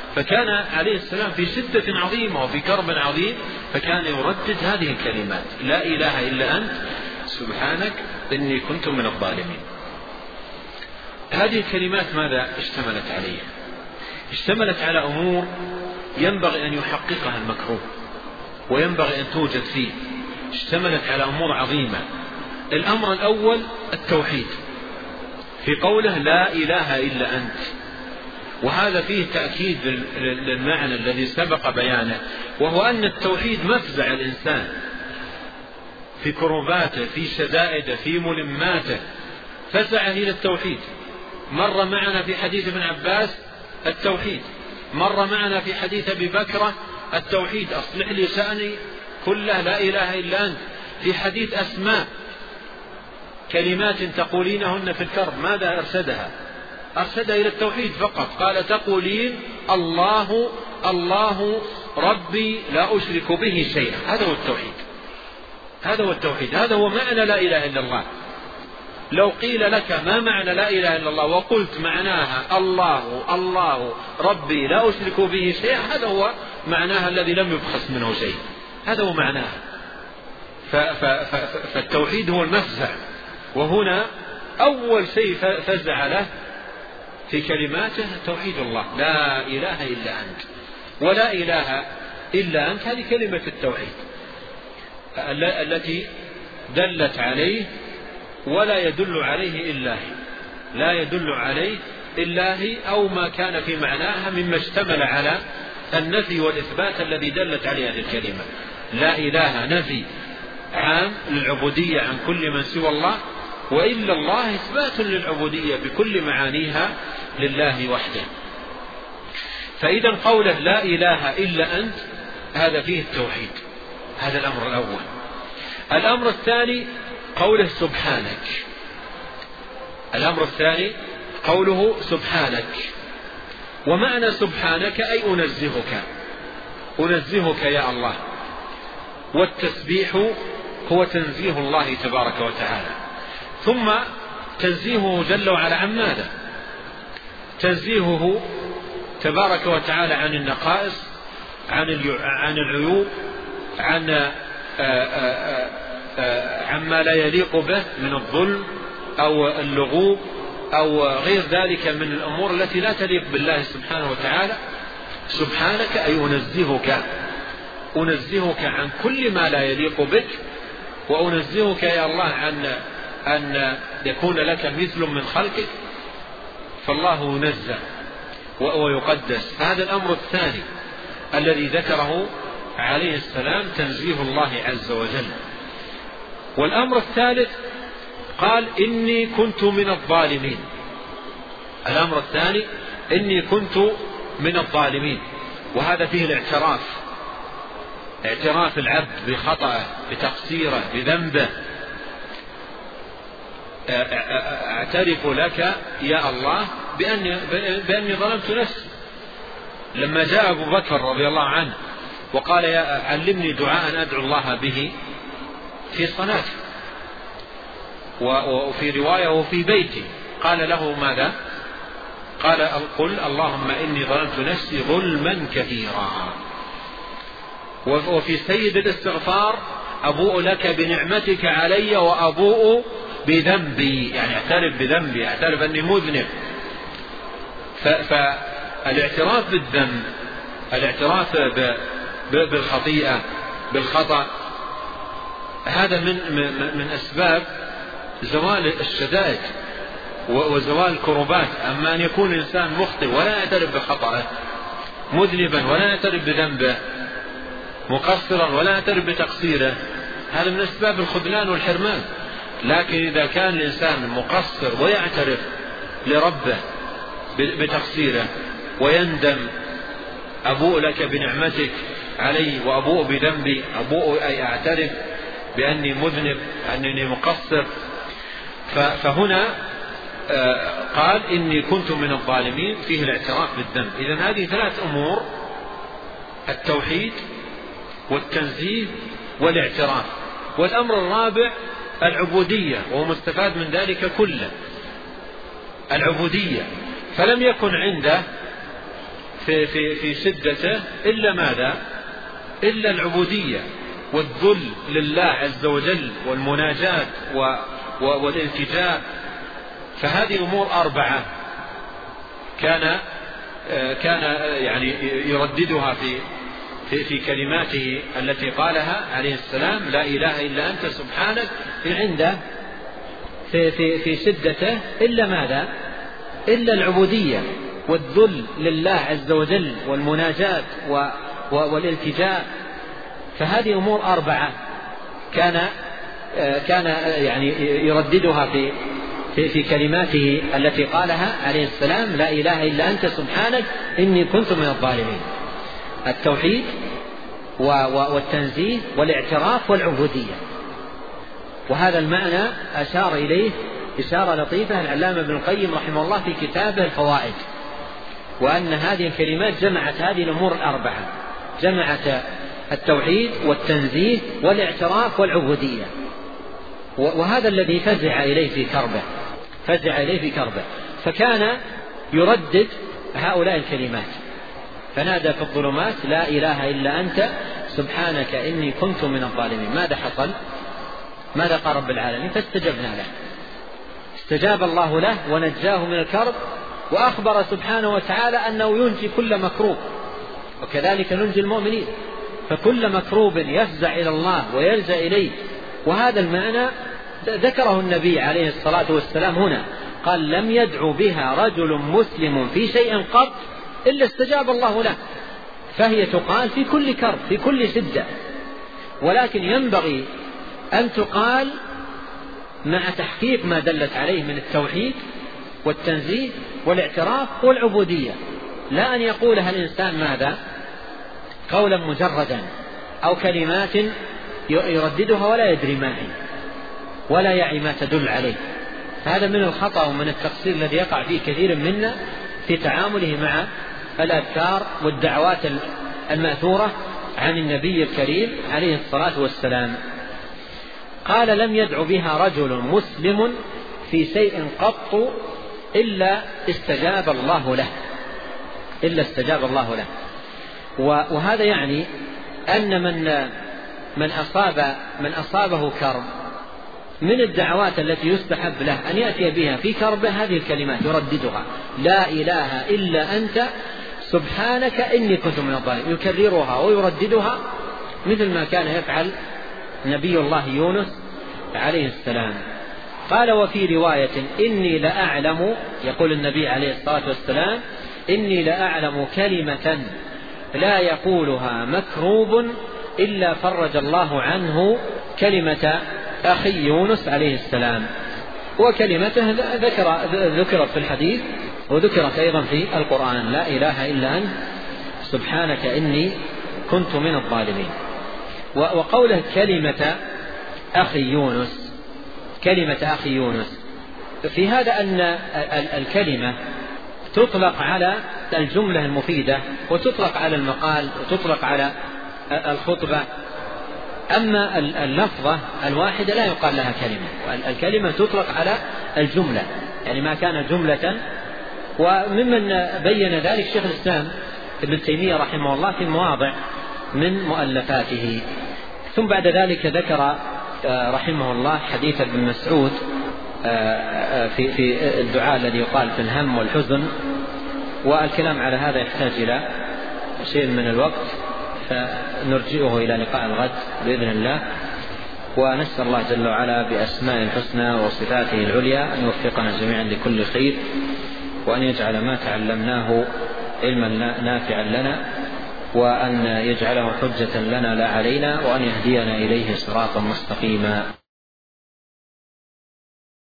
فكان عليه السلام في شدة عظيمة وفي كرب عظيم، فكان يردد هذه الكلمات: لا إله إلا أنت سبحانك إني كنت من الظالمين. هذه الكلمات ماذا اشتملت عليه؟ اشتملت على أمور ينبغي أن يحققها المكروه وينبغي أن توجد فيه. اشتملت على أمور عظيمة. الأمر الأول التوحيد، في قوله لا إله إلا أنت، وهذا فيه تأكيد للمعنى الذي سبق بيانه، وهو أن التوحيد مفزع الإنسان في كرباته، في شدائده، في ملماته، فزعه إلى التوحيد. مر معنا في حديث ابن عباس التوحيد، مر معنا في حديث أبي بكر التوحيد: أصلح لي شأني كله لا إله إلا أنت. في حديث أسماء: كلمات تقولينهن في الكرب، ماذا أرشدها؟ أرشدها إلى التوحيد فقط. قال: تقولين الله الله ربي لا أشرك به شيئا. هذا هو التوحيد، هذا هو التوحيد، هذا هو معنى لا إله إلا الله. لو قيل لك ما معنى لا إله إلا الله وقلت معناها الله الله ربي لا أشرك به شيئا، هذا هو معناها الذي لم يبخس منه شيء، هذا هو معناها. فالتوحيد هو المفزع، وهنا أول شيء فزع له في كلماته توحيد الله: لا إله إلا أنت. ولا إله إلا أنت هذه كلمة التوحيد التي دلت عليه ولا يدل عليه إلا هي، لا يدل عليه إلا هي أو ما كان في معناها مما اشتمل على النفي والإثبات الذي دلت عليه هذه الكلمة. لا إله نفي عام للعبودية عن كل من سوى الله، وإلا الله إثبات للعبودية بكل معانيها لله وحده. فإذا قوله لا إله إلا أنت هذا فيه التوحيد، هذا الأمر الأول. الأمر الثاني قوله سبحانك، الأمر الثاني قوله سبحانك. ومعنى سبحانك أي أنزهك، أنزهك يا الله. والتسبيح هو تنزيه الله تبارك وتعالى، ثم تنزيهه جل وعلا عن ماذا؟ تنزيهه تبارك وتعالى عن النقائص، عن العيوب، عن عما لا يليق به من الظلم أو اللغوب أو غير ذلك من الأمور التي لا تليق بالله سبحانه وتعالى. سبحانك أي أنزهك، أنزهك عن كل ما لا يليق بك، وأنزهك يا الله عن أن يكون لك مثل من خلقك، فالله ينزه ويقدس. هذا الأمر الثاني الذي ذكره عليه السلام، تنزيه الله عز وجل. والأمر الثالث قال إني كنت من الظالمين. الأمر الثاني إني كنت من الظالمين، وهذا فيه الاعتراف، اعتراف العبد بخطأه، بتقصيره، بذنبه. اعترف لك يا الله بأني, بأني ظلمت نفسي. لما جاء أبو بكر رضي الله عنه وقال يا علمني دعاء أدعو الله به في صلاتي، وفي رواية وفي بيتي، قال له ماذا؟ قال قل اللهم إني ظلمت نفسي ظلما كثيرا. وفي سيد الاستغفار أبوء لك بنعمتك علي وأبوء بذنبي، يعني اعترف بذنبي، اعترف أني مذنب. فالاعتراف بالذنب، الاعتراف بالخطيئة بالخطأ، هذا من من أسباب زوال الشدائد وزوال الكربات. أما أن يكون الإنسان مخطئ ولا يعترف بخطأه، مذنبا ولا يعترف بذنبه، مقصرا ولا يعترف بتقصيره، هذا من أسباب الخذلان والحرمان. لكن إذا كان الإنسان مقصر ويعترف لربه بتقصيره ويندم، أبوء لك بنعمتك علي وأبوء بذنبي، أبوء أي أعترف بأني مذنب، أنني مقصر. فهنا قال إني كنت من الظالمين، فيه الاعتراف بالذنب. إذن هذه ثلاث أمور: التوحيد والتنزيه والاعتراف. والأمر الرابع العبودية، وهو مستفاد من ذلك كله، العبودية. فلم يكن عنده في, في, في شدته إلا ماذا؟ إلا العبودية والذل لله عز وجل والمناجاة والالتجاء. فهذه أمور أربعة كان كان يعني يرددها في في, في كلماته التي قالها عليه السلام: لا إله إلا أنت سبحانك، في عنده في, في, في شدته إلا ماذا؟ إلا العبودية والذل لله عز وجل والمناجاة والالتجاء. فهذه أمور أربعة كان كان يعني يرددها في في, في كلماته التي قالها عليه السلام: لا إله إلا أنت سبحانك إني كنت من الظالمين. التوحيد والتنزيه والاعتراف والعبودية. وهذا المعنى أشار إليه إشارة لطيفة العلامة ابن القيم رحمه الله في كتابه الفوائد، وأن هذه الكلمات جمعت هذه الأمور الأربعة، جمعت التوحيد والتنزيه والاعتراف والعبودية. وهذا الذي فزع إليه في كربه فزع إليه في كربه فكان يردد هؤلاء الكلمات، فنادى في الظلمات: لا إله إلا أنت سبحانك إني كنت من الظالمين. ماذا حصل؟ ماذا قال رب العالمين؟ فاستجبنا له، استجاب الله له ونجاه من الكرب، وأخبر سبحانه وتعالى أنه ينجي كل مكروب، وكذلك ننجي المؤمنين. فكل مكروب يفزع إلى الله ويلجأ إليه. وهذا المعنى ذكره النبي عليه الصلاة والسلام هنا، قال: لم يدعو بها رجل مسلم في شيء قط إلا استجاب الله له. فهي تقال في كل كرب، في كل شدة، ولكن ينبغي أن تقال مع تحقيق ما دلت عليه من التوحيد والتنزيه والاعتراف والعبودية، لا أن يقولها الإنسان ماذا؟ قولا مجردا أو كلمات يرددها ولا يدري ما هي ولا يعي ما تدل عليه. هذا من الخطأ ومن التقصير الذي يقع فيه كثير منا في تعامله مع الأذكار والدعوات المأثورة عن النبي الكريم عليه الصلاة والسلام. قال: لم يدع بها رجل مسلم في شيء قط إلا استجاب الله له إلا استجاب الله له. وهذا يعني أن من من أصاب من أصابه كرب من الدعوات التي يستحب له أن يأتي بها في كربه هذه الكلمات يرددها: لا إله إلا أنت سبحانك إني كنت من الظالمين، يكررها ويرددها مثل ما كان يفعل نبي الله يونس عليه السلام. قال: وفي رواية: إني لأعلم، يقول النبي عليه الصلاة والسلام: إني لأعلم كلمة لا يقولها مكروب إلا فرج الله عنه كلمة أخي يونس عليه السلام. وكلمته ذكر ذكرت في الحديث وذكرت أيضا في القرآن: لا إله إلا أنت سبحانك إني كنت من الظالمين. وقوله كلمة أخي يونس كلمة أخي يونس في هذا أن الكلمة تطلق على الجملة المفيدة، وتطلق على المقال، وتطلق على الخطبة. أما اللفظة الواحدة لا يقال لها كلمة، الكلمة تطلق على الجملة، يعني ما كان جملة. وممن بين ذلك شيخ الإسلام ابن تيمية رحمه الله في مواضع من مؤلفاته. ثم بعد ذلك ذكر رحمه الله حديث ابن مسعود في في الدعاء الذي يقال في الهم والحزن، والكلام على هذا يحتاج إلى شيء من الوقت، فنرجئه إلى لقاء الغد بإذن الله. ونسأل الله جل وعلا بأسماء الحسنى وصفاته العليا أن يوفقنا جميعا لكل خير، وأن يجعل ما تعلمناه علما نافعا لنا، وأن يجعله حجة لنا لا علينا، وأن يهدينا إليه صراطا مستقيما.